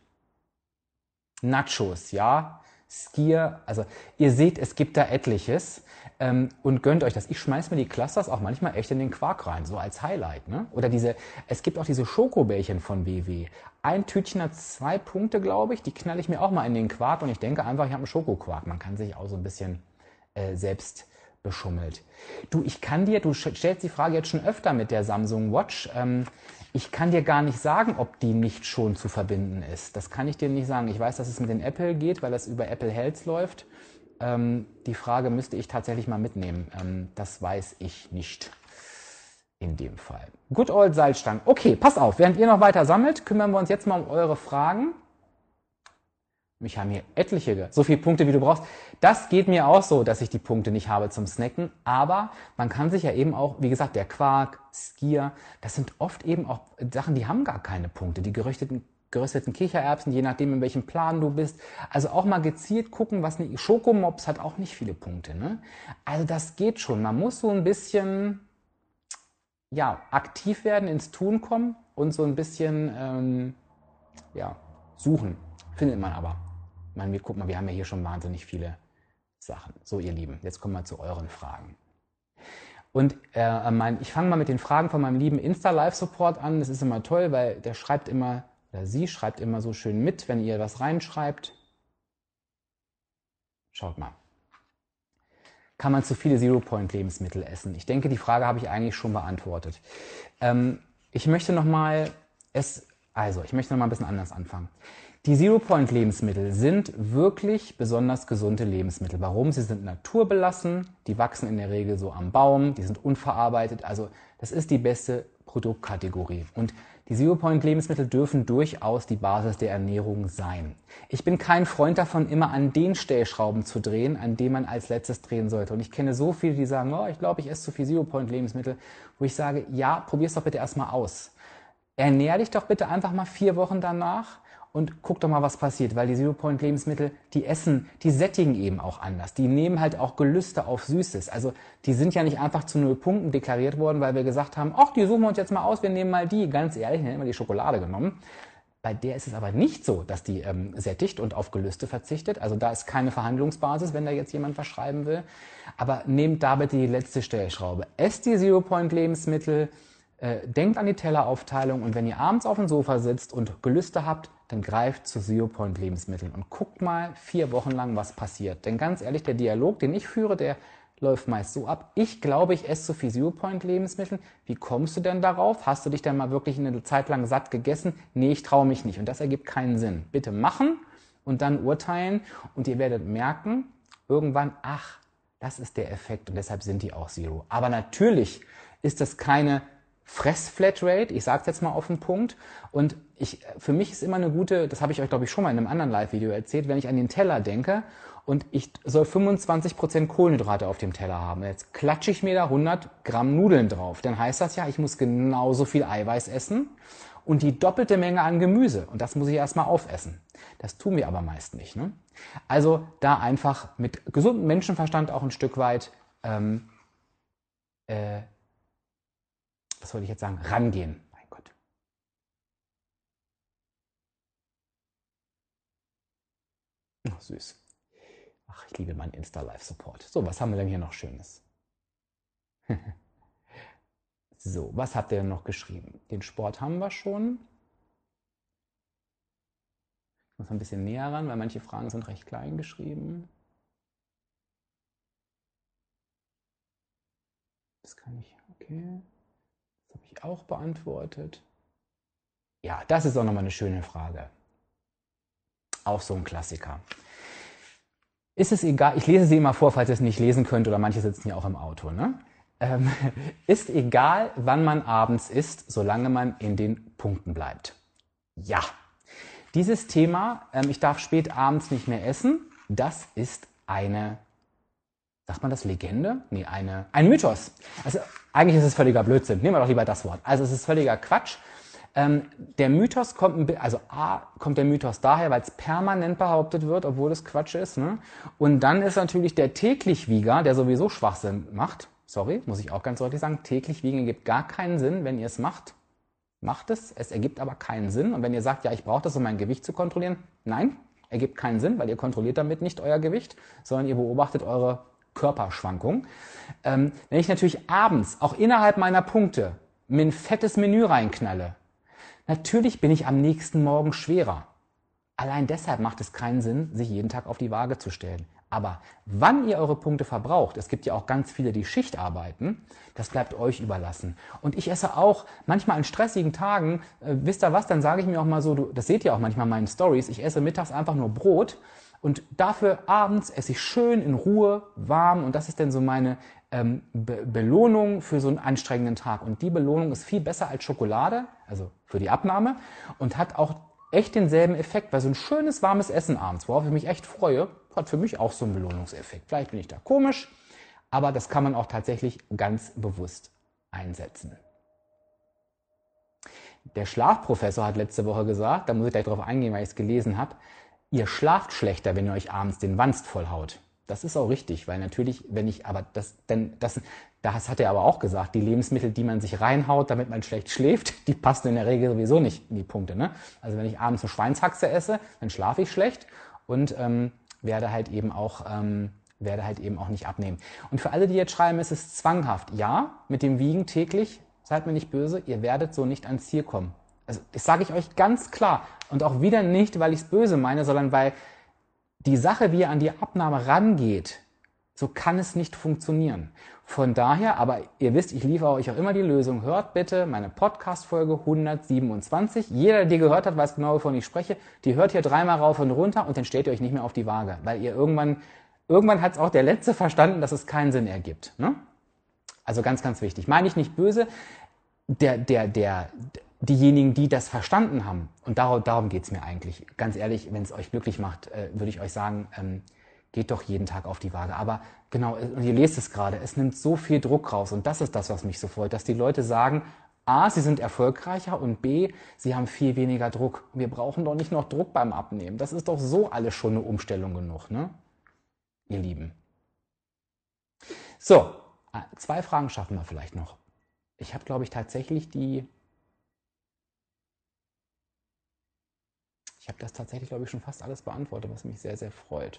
Nachos, ja. Skier, also ihr seht, es gibt da etliches und gönnt euch das. Ich schmeiß mir die Clusters auch manchmal echt in den Quark rein, so als Highlight. Ne? Oder es gibt auch diese Schokobällchen von WW. Ein Tütchen hat 2 Punkte, glaube ich, die knall ich mir auch mal in den Quark und ich denke einfach, ich habe einen Schokoquark. Man kann sich auch so ein bisschen selbst beschummelt. Du stellst die Frage jetzt schon öfter mit der Samsung Watch. Ich kann dir gar nicht sagen, ob die nicht schon zu verbinden ist. Das kann ich dir nicht sagen. Ich weiß, dass es mit den Apple geht, weil das über Apple Health läuft. Die Frage müsste ich tatsächlich mal mitnehmen. Das weiß ich nicht in dem Fall. Good old Salzstangen. Okay, pass auf. Während ihr noch weiter sammelt, kümmern wir uns jetzt mal um eure Fragen. Ich habe hier etliche, so viele Punkte, wie du brauchst. Das geht mir auch so, dass ich die Punkte nicht habe zum Snacken. Aber man kann sich ja eben auch, wie gesagt, der Quark, Skier, das sind oft eben auch Sachen, die haben gar keine Punkte. Die gerösteten Kichererbsen, je nachdem, in welchem Plan du bist. Also auch mal gezielt gucken, was nicht. Schokomops hat auch nicht viele Punkte, ne? Also das geht schon. Man muss so ein bisschen, ja, aktiv werden, ins Tun kommen und so ein bisschen, ja, suchen. Findet man aber. Guck mal, wir haben ja hier schon wahnsinnig viele Sachen. So, ihr Lieben, jetzt kommen wir zu euren Fragen. Und ich fange mal mit den Fragen von meinem lieben Insta-Live-Support an. Das ist immer toll, weil der schreibt immer, oder sie schreibt immer so schön mit, wenn ihr was reinschreibt. Schaut mal. Kann man zu viele Zero-Point-Lebensmittel essen? Ich denke, die Frage habe ich eigentlich schon beantwortet. Ich möchte noch mal ein bisschen anders anfangen. Die Zero-Point-Lebensmittel sind wirklich besonders gesunde Lebensmittel. Warum? Sie sind naturbelassen, die wachsen in der Regel so am Baum, die sind unverarbeitet. Also das ist die beste Produktkategorie. Und die Zero-Point-Lebensmittel dürfen durchaus die Basis der Ernährung sein. Ich bin kein Freund davon, immer an den Stellschrauben zu drehen, an denen man als letztes drehen sollte. Und ich kenne so viele, die sagen, oh, ich glaube, ich esse zu viel Zero-Point-Lebensmittel, wo ich sage, ja, probier's doch bitte erstmal aus. Ernähr dich doch bitte einfach mal 4 Wochen danach und guck doch mal, was passiert, weil die Zero-Point-Lebensmittel, die sättigen eben auch anders. Die nehmen halt auch Gelüste auf Süßes. Also die sind ja nicht einfach zu 0 Punkten deklariert worden, weil wir gesagt haben, ach, die suchen wir uns jetzt mal aus, wir nehmen mal die. Ganz ehrlich, wir haben immer die Schokolade genommen. Bei der ist es aber nicht so, dass die sättigt und auf Gelüste verzichtet. Also da ist keine Verhandlungsbasis, wenn da jetzt jemand was schreiben will. Aber nehmt da bitte die letzte Stellschraube. Esst die Zero-Point-Lebensmittel, denkt an die Telleraufteilung und wenn ihr abends auf dem Sofa sitzt und Gelüste habt, dann greift zu Zero-Point-Lebensmitteln und guckt mal 4 Wochen lang, was passiert. Denn ganz ehrlich, der Dialog, den ich führe, der läuft meist so ab. Ich glaube, ich esse zu viel Zero-Point-Lebensmittel. Wie kommst du denn darauf? Hast du dich denn mal wirklich eine Zeit lang satt gegessen? Nee, ich traue mich nicht. Und das ergibt keinen Sinn. Bitte machen und dann urteilen und ihr werdet merken, irgendwann, ach, das ist der Effekt und deshalb sind die auch Zero. Aber natürlich ist das keine Fress-Flatrate, ich sage es jetzt mal auf den Punkt. Und für mich ist immer eine gute, das habe ich euch, glaube ich, schon mal in einem anderen Live-Video erzählt, wenn ich an den Teller denke und ich soll 25% Kohlenhydrate auf dem Teller haben. Jetzt klatsche ich mir da 100 Gramm Nudeln drauf. Dann heißt das ja, ich muss genauso viel Eiweiß essen und die doppelte Menge an Gemüse. Und das muss ich erstmal aufessen. Das tun wir aber meist nicht, ne? Also da einfach mit gesundem Menschenverstand auch ein Stück weit was wollte ich jetzt sagen? Rangehen. Mein Gott. Ach, süß. Ach, ich liebe meinen Insta-Live-Support. So, was haben wir denn hier noch Schönes? So, was habt ihr denn noch geschrieben? Den Sport haben wir schon. Ich muss ein bisschen näher ran, weil manche Fragen sind recht klein geschrieben. Das kann ich, okay. Das habe ich auch beantwortet. Ja, das ist auch nochmal eine schöne Frage. Auch so ein Klassiker. Ist es egal, ich lese sie immer vor, falls ihr es nicht lesen könnt oder manche sitzen ja auch im Auto, ne? Ist egal, wann man abends isst, solange man in den Punkten bleibt. Ja, dieses Thema, ich darf spät abends nicht mehr essen, das ist eine, sagt man das, Legende? Nee, ein Mythos. Also eigentlich ist es völliger Blödsinn. Nehmen wir doch lieber das Wort. Also es ist völliger Quatsch. Der Mythos kommt der Mythos daher, weil es permanent behauptet wird, obwohl es Quatsch ist. Ne? Und dann ist natürlich der Täglichwieger, der sowieso Schwachsinn macht. Sorry, muss ich auch ganz deutlich sagen. Täglich wiegen ergibt gar keinen Sinn, wenn ihr es macht. Macht es. Es ergibt aber keinen Sinn. Und wenn ihr sagt, ja, ich brauche das, um mein Gewicht zu kontrollieren. Nein, ergibt keinen Sinn, weil ihr kontrolliert damit nicht euer Gewicht, sondern ihr beobachtet eure Körperschwankung. Wenn ich natürlich abends, auch innerhalb meiner Punkte, mir ein fettes Menü reinknalle, natürlich bin ich am nächsten Morgen schwerer. Allein deshalb macht es keinen Sinn, sich jeden Tag auf die Waage zu stellen. Aber wann ihr eure Punkte verbraucht, es gibt ja auch ganz viele, die Schicht arbeiten, das bleibt euch überlassen. Und ich esse auch manchmal an stressigen Tagen, wisst ihr was, dann sage ich mir auch mal so, das seht ihr auch manchmal in meinen Stories, ich esse mittags einfach nur Brot und dafür abends esse ich schön in Ruhe, warm und das ist dann so meine Belohnung für so einen anstrengenden Tag. Und die Belohnung ist viel besser als Schokolade, also für die Abnahme und hat auch echt denselben Effekt, weil so ein schönes warmes Essen abends, worauf ich mich echt freue, hat für mich auch so einen Belohnungseffekt. Vielleicht bin ich da komisch, aber das kann man auch tatsächlich ganz bewusst einsetzen. Der Schlafprofessor hat letzte Woche gesagt, da muss ich gleich drauf eingehen, weil ich es gelesen habe, ihr schlaft schlechter, wenn ihr euch abends den Wanst vollhaut. Das ist auch richtig, weil natürlich, wenn ich aber das hat er aber auch gesagt, die Lebensmittel, die man sich reinhaut, damit man schlecht schläft, die passen in der Regel sowieso nicht in die Punkte. Ne? Also wenn ich abends eine Schweinshaxe esse, dann schlafe ich schlecht und werde halt eben auch nicht abnehmen. Und für alle, die jetzt schreiben, es ist zwanghaft. Ja, mit dem Wiegen täglich, seid mir nicht böse, ihr werdet so nicht ans Ziel kommen. Also das sage ich euch ganz klar. Und auch wieder nicht, weil ich es böse meine, sondern weil die Sache, wie ihr an die Abnahme rangeht, so kann es nicht funktionieren. Von daher, aber ihr wisst, ich liefere euch auch immer die Lösung. Hört bitte meine Podcast-Folge 127. Jeder, der die gehört hat, weiß genau, wovon ich spreche. Die hört hier dreimal rauf und runter und dann stellt ihr euch nicht mehr auf die Waage. Weil ihr irgendwann hat es auch der Letzte verstanden, dass es keinen Sinn ergibt. Ne? Also ganz, ganz wichtig. Meine ich nicht böse. Diejenigen, die das verstanden haben, und darum geht's mir eigentlich. Ganz ehrlich, wenn es euch glücklich macht, würde ich euch sagen, geht doch jeden Tag auf die Waage. Aber genau, ihr lest es gerade, es nimmt so viel Druck raus. Und das ist das, was mich so freut, dass die Leute sagen, A, sie sind erfolgreicher und B, sie haben viel weniger Druck. Wir brauchen doch nicht noch Druck beim Abnehmen. Das ist doch so alles schon eine Umstellung genug, ne? Ihr Lieben. So, 2 Fragen schaffen wir vielleicht noch. Ich habe, glaube ich, tatsächlich glaube ich, schon fast alles beantwortet, was mich sehr, sehr freut.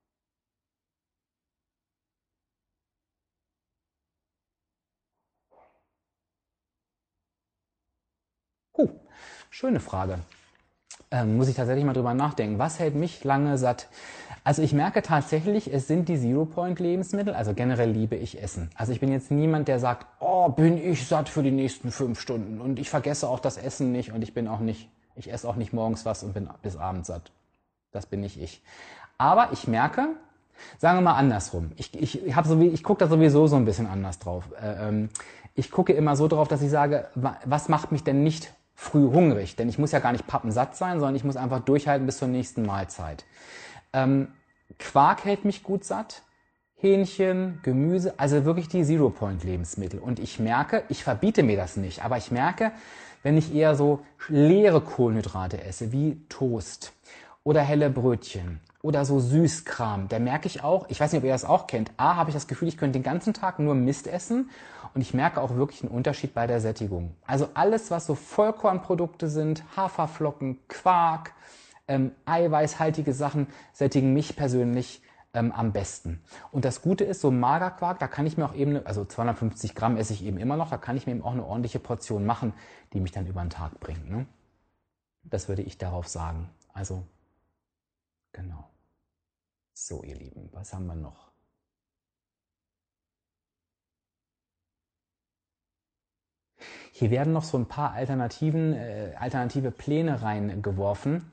Schöne Frage. Muss ich tatsächlich mal drüber nachdenken. Was hält mich lange satt? Also ich merke tatsächlich, es sind die Zero-Point-Lebensmittel, also generell liebe ich Essen. Also ich bin jetzt niemand, der sagt, oh, bin ich satt für die nächsten 5 Stunden und ich vergesse auch das Essen nicht und ich esse auch nicht morgens was und bin bis abends satt. Das bin nicht ich. Aber ich merke, sagen wir mal andersrum, ich gucke da sowieso so ein bisschen anders drauf. Ich gucke immer so drauf, dass ich sage, was macht mich denn nicht früh hungrig? Denn ich muss ja gar nicht pappensatt sein, sondern ich muss einfach durchhalten bis zur nächsten Mahlzeit. Quark hält mich gut satt, Hähnchen, Gemüse, also wirklich die Zero-Point-Lebensmittel. Und ich merke, ich verbiete mir das nicht, aber ich merke, wenn ich eher so leere Kohlenhydrate esse, wie Toast oder helle Brötchen oder so Süßkram, da merke ich auch, ich weiß nicht, ob ihr das auch kennt, habe ich das Gefühl, ich könnte den ganzen Tag nur Mist essen und ich merke auch wirklich einen Unterschied bei der Sättigung. Also alles, was so Vollkornprodukte sind, Haferflocken, Quark, eiweißhaltige Sachen sättigen mich persönlich am besten. Und das Gute ist, so Magerquark, da kann ich mir auch eben, also 250 Gramm esse ich eben immer noch, da kann ich mir eben auch eine ordentliche Portion machen, die mich dann über den Tag bringt. Ne? Das würde ich darauf sagen. Also, genau. So, ihr Lieben, was haben wir noch? Hier werden noch so ein paar alternative Pläne reingeworfen.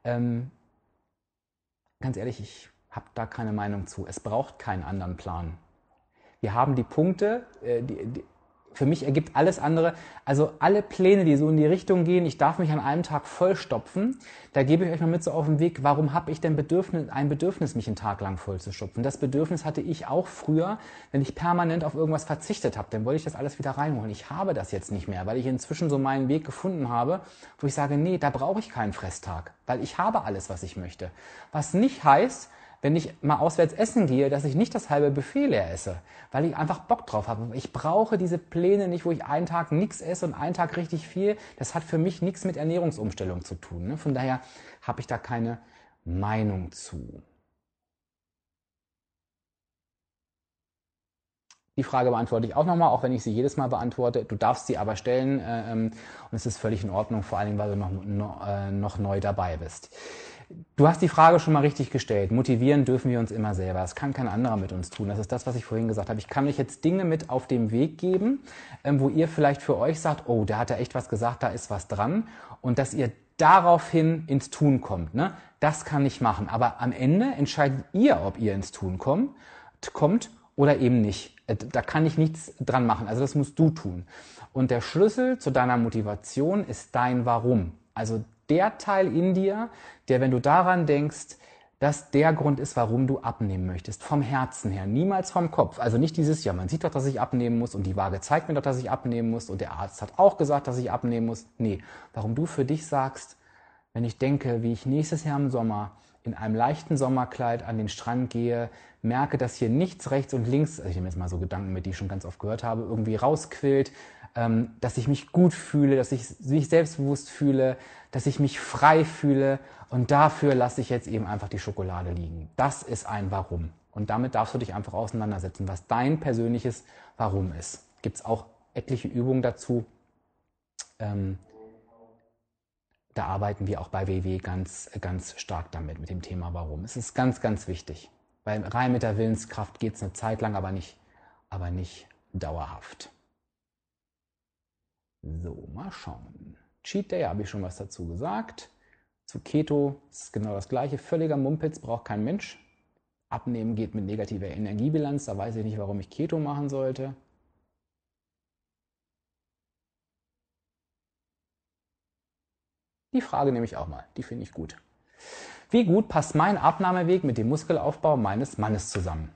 Ganz ehrlich, ich habe da keine Meinung zu. Es braucht keinen anderen Plan. Wir haben die Punkte, für mich ergibt alles andere, also alle Pläne, die so in die Richtung gehen, ich darf mich an einem Tag vollstopfen, da gebe ich euch mal mit so auf den Weg, warum habe ich denn ein Bedürfnis, mich einen Tag lang vollzustopfen? Das Bedürfnis hatte ich auch früher, wenn ich permanent auf irgendwas verzichtet habe, dann wollte ich das alles wieder reinholen. Ich habe das jetzt nicht mehr, weil ich inzwischen so meinen Weg gefunden habe, wo ich sage, nee, da brauche ich keinen Fresstag, weil ich habe alles, was ich möchte. Was nicht heißt, wenn ich mal auswärts essen gehe, dass ich nicht das halbe Buffet leer esse, weil ich einfach Bock drauf habe. Ich brauche diese Pläne nicht, wo ich einen Tag nichts esse und einen Tag richtig viel. Das hat für mich nichts mit Ernährungsumstellung zu tun. Ne? Von daher habe ich da keine Meinung zu. Die Frage beantworte ich auch nochmal, auch wenn ich sie jedes Mal beantworte. Du darfst sie aber stellen und es ist völlig in Ordnung, vor allem, weil du noch neu dabei bist. Du hast die Frage schon mal richtig gestellt. Motivieren dürfen wir uns immer selber. Das kann kein anderer mit uns tun. Das ist das, was ich vorhin gesagt habe. Ich kann euch jetzt Dinge mit auf den Weg geben, wo ihr vielleicht für euch sagt, oh, der hat ja echt was gesagt, da ist was dran. Und dass ihr daraufhin ins Tun kommt. Ne? Das kann ich machen. Aber am Ende entscheidet ihr, ob ihr ins Tun kommt oder eben nicht. Da kann ich nichts dran machen. Also das musst du tun. Und der Schlüssel zu deiner Motivation ist dein Warum. Also der Teil in dir, der, wenn du daran denkst, dass der Grund ist, warum du abnehmen möchtest. Vom Herzen her, niemals vom Kopf. Also nicht dieses, ja, man sieht doch, dass ich abnehmen muss und die Waage zeigt mir doch, dass ich abnehmen muss und der Arzt hat auch gesagt, dass ich abnehmen muss. Nee, warum du für dich sagst, wenn ich denke, wie ich nächstes Jahr im Sommer in einem leichten Sommerkleid an den Strand gehe, merke, dass hier nichts rechts und links, also ich nehme jetzt mal so Gedanken mit, die ich schon ganz oft gehört habe, irgendwie rausquillt, dass ich mich gut fühle, dass ich mich selbstbewusst fühle, dass ich mich frei fühle und dafür lasse ich jetzt eben einfach die Schokolade liegen. Das ist ein Warum. Und damit darfst du dich einfach auseinandersetzen, was dein persönliches Warum ist. Gibt es auch etliche Übungen dazu. Da arbeiten wir auch bei WW ganz stark damit, mit dem Thema Warum. Es ist ganz, ganz wichtig. Weil rein mit der Willenskraft geht es eine Zeit lang, aber nicht dauerhaft. So, mal schauen. Cheat Day, habe ich schon was dazu gesagt. Zu Keto ist es genau das Gleiche. Völliger Mumpitz, braucht kein Mensch. Abnehmen geht mit negativer Energiebilanz. Da weiß ich nicht, warum ich Keto machen sollte. Die Frage nehme ich auch mal. Die finde ich gut. Wie gut passt mein Abnahmeweg mit dem Muskelaufbau meines Mannes zusammen?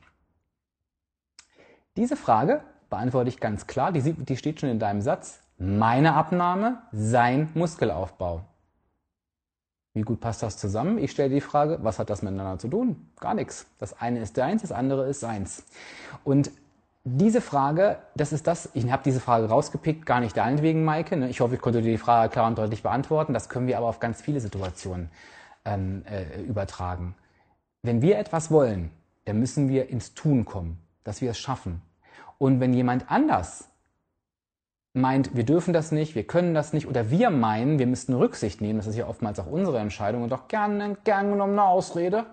Diese Frage beantworte ich ganz klar. Die steht schon in deinem Satz. Meine Abnahme, sein Muskelaufbau. Wie gut passt das zusammen? Ich stelle die Frage, was hat das miteinander zu tun? Gar nichts. Das eine ist deins, das andere ist seins. Und diese Frage, ich habe diese Frage rausgepickt, gar nicht deinetwegen, Maike. Ich hoffe, ich konnte dir die Frage klar und deutlich beantworten. Das können wir aber auf ganz viele Situationen übertragen. Wenn wir etwas wollen, dann müssen wir ins Tun kommen, dass wir es schaffen. Und wenn jemand anders meint, wir dürfen das nicht, wir können das nicht, oder wir meinen, wir müssten Rücksicht nehmen, das ist ja oftmals auch unsere Entscheidung und auch gern genommene Ausrede,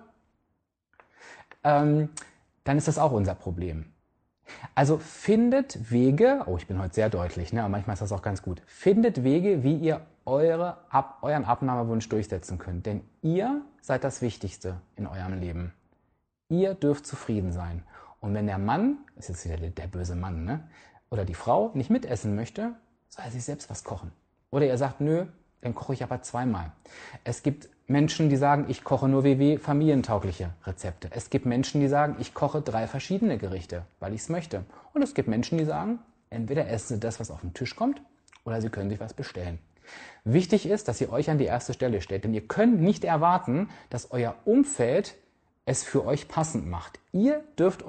dann ist das auch unser Problem. Also findet Wege, ich bin heute sehr deutlich, aber manchmal ist das auch ganz gut, findet Wege, wie ihr euren Abnahmewunsch durchsetzen könnt. Denn ihr seid das Wichtigste in eurem Leben. Ihr dürft zufrieden sein. Und wenn der Mann, das ist jetzt wieder der böse Mann, oder die Frau nicht mitessen möchte, soll er sich selbst was kochen. Oder ihr sagt, nö, dann koche ich aber zweimal. Es gibt Menschen, die sagen, ich koche nur familientaugliche Rezepte. Es gibt Menschen, die sagen, ich koche 3 verschiedene Gerichte, weil ich es möchte. Und es gibt Menschen, die sagen, entweder essen sie das, was auf den Tisch kommt, oder sie können sich was bestellen. Wichtig ist, dass ihr euch an die erste Stelle stellt, denn ihr könnt nicht erwarten, dass euer Umfeld es für euch passend macht. Ihr dürft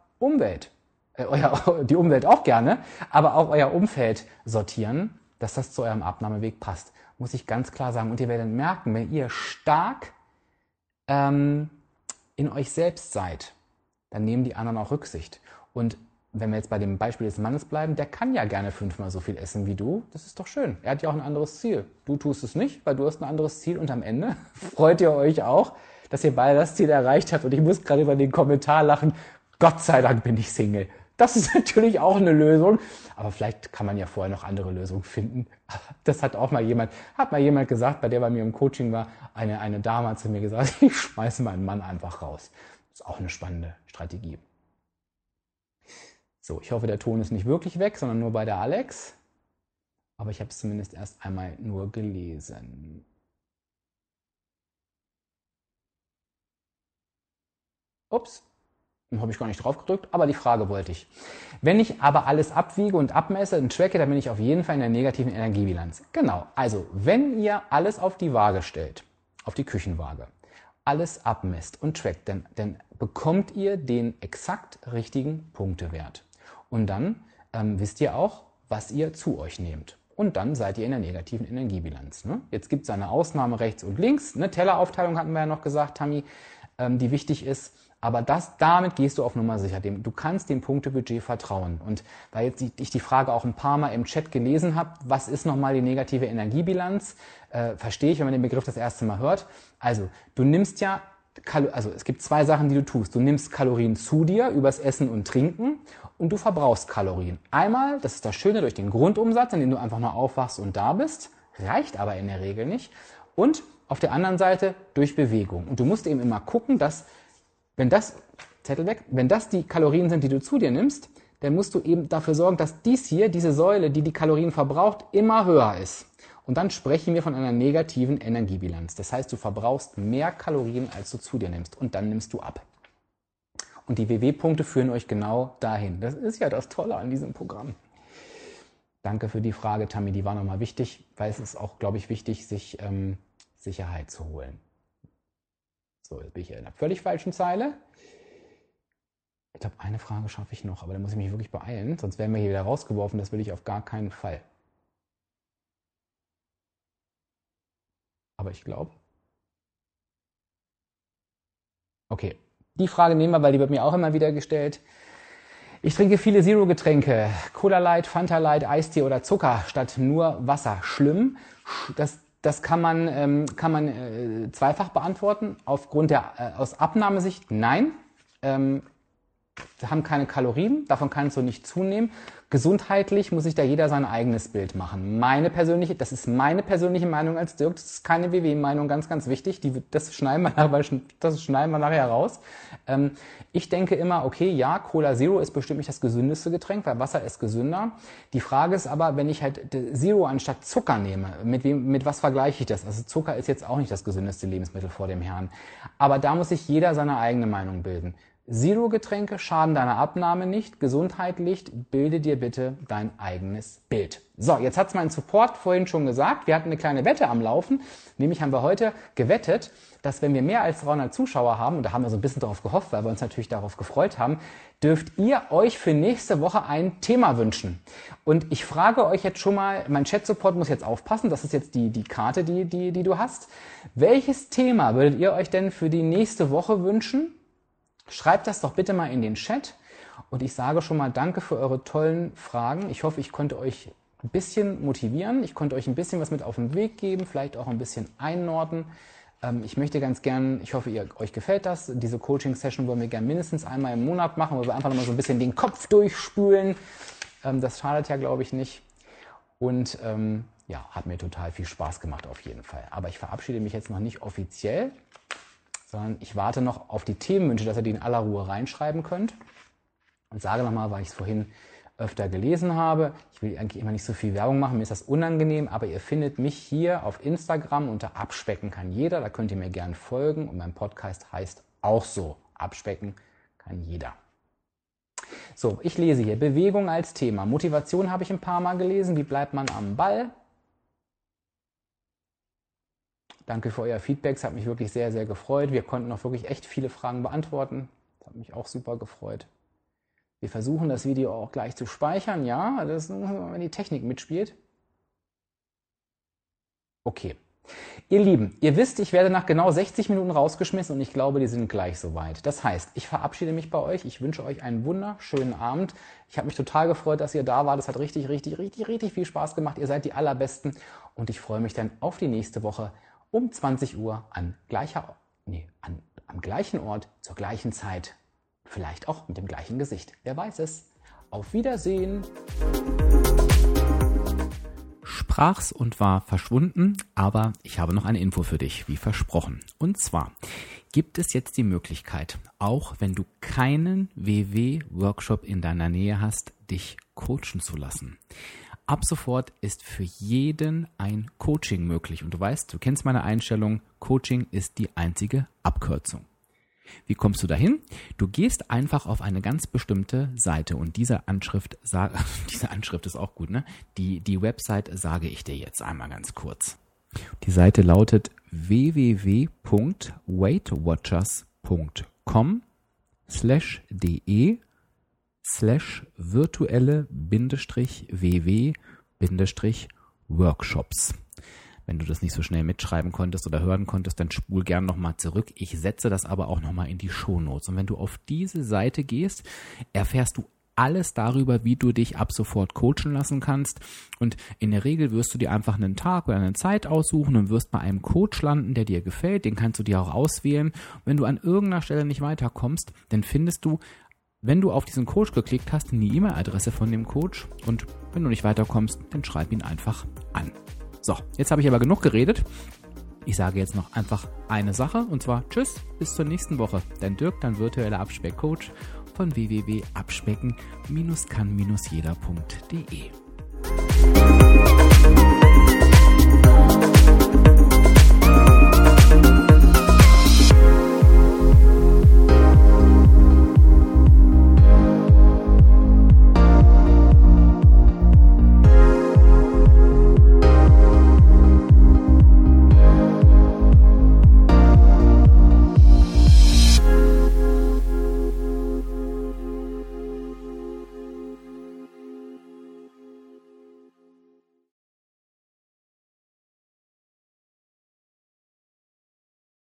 die Umwelt auch gerne, aber auch euer Umfeld sortieren, dass das zu eurem Abnahmeweg passt. Muss ich ganz klar sagen. Und ihr werdet merken, wenn ihr stark in euch selbst seid, dann nehmen die anderen auch Rücksicht. Und wenn wir jetzt bei dem Beispiel des Mannes bleiben, der kann ja gerne 5-mal so viel essen wie du. Das ist doch schön. Er hat ja auch ein anderes Ziel. Du tust es nicht, weil du hast ein anderes Ziel. Und am Ende freut ihr euch auch, dass ihr beide das Ziel erreicht habt. Und ich muss gerade über den Kommentar lachen. Gott sei Dank bin ich Single. Das ist natürlich auch eine Lösung, aber vielleicht kann man ja vorher noch andere Lösungen finden. Das hat mal jemand gesagt, der bei mir im Coaching war, eine Dame hat zu mir gesagt, ich schmeiße meinen Mann einfach raus. Das ist auch eine spannende Strategie. So, ich hoffe, der Ton ist nicht wirklich weg, sondern nur bei der Alex. Aber ich habe es zumindest erst einmal nur gelesen. Ups. Habe ich gar nicht drauf gedrückt, aber die Frage wollte ich. Wenn ich aber alles abwiege und abmesse und tracke, dann bin ich auf jeden Fall in der negativen Energiebilanz. Genau, also wenn ihr alles auf die Waage stellt, auf die Küchenwaage, alles abmesst und trackt, dann bekommt ihr den exakt richtigen Punktewert. Und dann wisst ihr auch, was ihr zu euch nehmt. Und dann seid ihr in der negativen Energiebilanz. Jetzt gibt es eine Ausnahme rechts und links. Eine Telleraufteilung hatten wir ja noch gesagt, Tammy, die wichtig ist. Aber damit gehst du auf Nummer sicher. Du kannst dem Punktebudget vertrauen. Und weil jetzt ich die Frage auch ein paar Mal im Chat gelesen habe, was ist nochmal die negative Energiebilanz? Verstehe ich, wenn man den Begriff das erste Mal hört. Also, du nimmst es gibt 2 Sachen, die du tust. Du nimmst Kalorien zu dir übers Essen und Trinken und du verbrauchst Kalorien. Einmal, das ist das Schöne, durch den Grundumsatz, in dem du einfach nur aufwachst und da bist. Reicht aber in der Regel nicht. Und auf der anderen Seite durch Bewegung. Und du musst eben immer gucken, dass wenn das die Kalorien sind, die du zu dir nimmst, dann musst du eben dafür sorgen, dass diese Säule, die Kalorien verbraucht, immer höher ist. Und dann sprechen wir von einer negativen Energiebilanz. Das heißt, du verbrauchst mehr Kalorien, als du zu dir nimmst. Und dann nimmst du ab. Und die WW-Punkte führen euch genau dahin. Das ist ja das Tolle an diesem Programm. Danke für die Frage, Tammy. Die war nochmal wichtig, weil es ist auch, glaube ich, wichtig, sich Sicherheit zu holen. So, jetzt bin ich hier in einer völlig falschen Zeile. Ich glaube, eine Frage schaffe ich noch, aber da muss ich mich wirklich beeilen. Sonst werden wir hier wieder rausgeworfen. Das will ich auf gar keinen Fall. Aber ich glaube... Okay, die Frage nehmen wir, weil die wird mir auch immer wieder gestellt. Ich trinke viele Zero-Getränke, Cola Light, Fanta Light, Eistee oder Zucker statt nur Wasser. Schlimm? Das kann man zweifach beantworten. Aus Abnahmesicht nein. Haben keine Kalorien, davon kannst du nicht zunehmen. Gesundheitlich muss sich da jeder sein eigenes Bild machen. Das ist meine persönliche Meinung als Dirk, das ist keine WW-Meinung, ganz, ganz wichtig. Das schneiden wir nachher raus. Ich denke immer, okay, ja, Cola Zero ist bestimmt nicht das gesündeste Getränk, weil Wasser ist gesünder. Die Frage ist aber, wenn ich halt Zero anstatt Zucker nehme, mit was vergleiche ich das? Also Zucker ist jetzt auch nicht das gesündeste Lebensmittel vor dem Herrn. Aber da muss sich jeder seine eigene Meinung bilden. Zero-Getränke schaden deiner Abnahme nicht. Gesundheitlich, bilde dir bitte dein eigenes Bild. So, jetzt hat es mein Support vorhin schon gesagt. Wir hatten eine kleine Wette am Laufen. Nämlich haben wir heute gewettet, dass wenn wir mehr als 300 Zuschauer haben, und da haben wir so ein bisschen darauf gehofft, weil wir uns natürlich darauf gefreut haben, dürft ihr euch für nächste Woche ein Thema wünschen. Und ich frage euch jetzt schon mal, mein Chat-Support muss jetzt aufpassen, das ist jetzt die Karte, die du hast. Welches Thema würdet ihr euch denn für die nächste Woche wünschen? Schreibt das doch bitte mal in den Chat und ich sage schon mal danke für eure tollen Fragen. Ich hoffe, ich konnte euch ein bisschen motivieren, ich konnte euch ein bisschen was mit auf den Weg geben, vielleicht auch ein bisschen einnorden. Ich möchte ganz gern, ich hoffe, euch gefällt das, diese Coaching-Session wollen wir gern mindestens einmal im Monat machen, wo wir einfach nochmal so ein bisschen den Kopf durchspülen. Das schadet ja, glaube ich, nicht. Und ja, hat mir total viel Spaß gemacht auf jeden Fall. Aber ich verabschiede mich jetzt noch nicht offiziell, sondern ich warte noch auf die Themenwünsche, dass ihr die in aller Ruhe reinschreiben könnt. Und sage nochmal, weil ich es vorhin öfter gelesen habe, ich will eigentlich immer nicht so viel Werbung machen, mir ist das unangenehm, aber ihr findet mich hier auf Instagram unter Abspecken kann jeder, da könnt ihr mir gern folgen und mein Podcast heißt auch so, Abspecken kann jeder. So, ich lese hier Bewegung als Thema. Motivation habe ich ein paar Mal gelesen, wie bleibt man am Ball? Danke für euer Feedback, es hat mich wirklich sehr, sehr gefreut. Wir konnten auch wirklich echt viele Fragen beantworten. Das hat mich auch super gefreut. Wir versuchen das Video auch gleich zu speichern. Ja, das ist nur, wenn die Technik mitspielt. Okay. Ihr Lieben, ihr wisst, ich werde nach genau 60 Minuten rausgeschmissen und ich glaube, die sind gleich soweit. Das heißt, ich verabschiede mich bei euch. Ich wünsche euch einen wunderschönen Abend. Ich habe mich total gefreut, dass ihr da wart. Das hat richtig, richtig, richtig, richtig viel Spaß gemacht. Ihr seid die Allerbesten und ich freue mich dann auf die nächste Woche um 20 Uhr am gleichen Ort, zur gleichen Zeit. Vielleicht auch mit dem gleichen Gesicht. Wer weiß es. Auf Wiedersehen. Sprach's und war verschwunden, aber ich habe noch eine Info für dich, wie versprochen. Und zwar gibt es jetzt die Möglichkeit, auch wenn du keinen WW-Workshop in deiner Nähe hast, dich coachen zu lassen. Ab sofort ist für jeden ein Coaching möglich. Und du weißt, du kennst meine Einstellung, Coaching ist die einzige Abkürzung. Wie kommst du dahin? Du gehst einfach auf eine ganz bestimmte Seite und diese Anschrift ist auch gut, ne? Die Website sage ich dir jetzt einmal ganz kurz. Die Seite lautet www.weightwatchers.com/de/ww-workshops. Wenn du das nicht so schnell mitschreiben konntest oder hören konntest, dann spul gern nochmal zurück. Ich setze das aber auch nochmal in die Shownotes. Und wenn du auf diese Seite gehst, erfährst du alles darüber, wie du dich ab sofort coachen lassen kannst. Und in der Regel wirst du dir einfach einen Tag oder eine Zeit aussuchen und wirst bei einem Coach landen, der dir gefällt. Den kannst du dir auch auswählen. Und wenn du an irgendeiner Stelle nicht weiterkommst, dann findest du, wenn du auf diesen Coach geklickt hast, die E-Mail-Adresse von dem Coach. Und wenn du nicht weiterkommst, dann schreib ihn einfach an. So, jetzt habe ich aber genug geredet. Ich sage jetzt noch einfach eine Sache und zwar tschüss, bis zur nächsten Woche. Dein Dirk, dein virtueller Abspeck-Coach von www.abspecken-kann-jeder.de.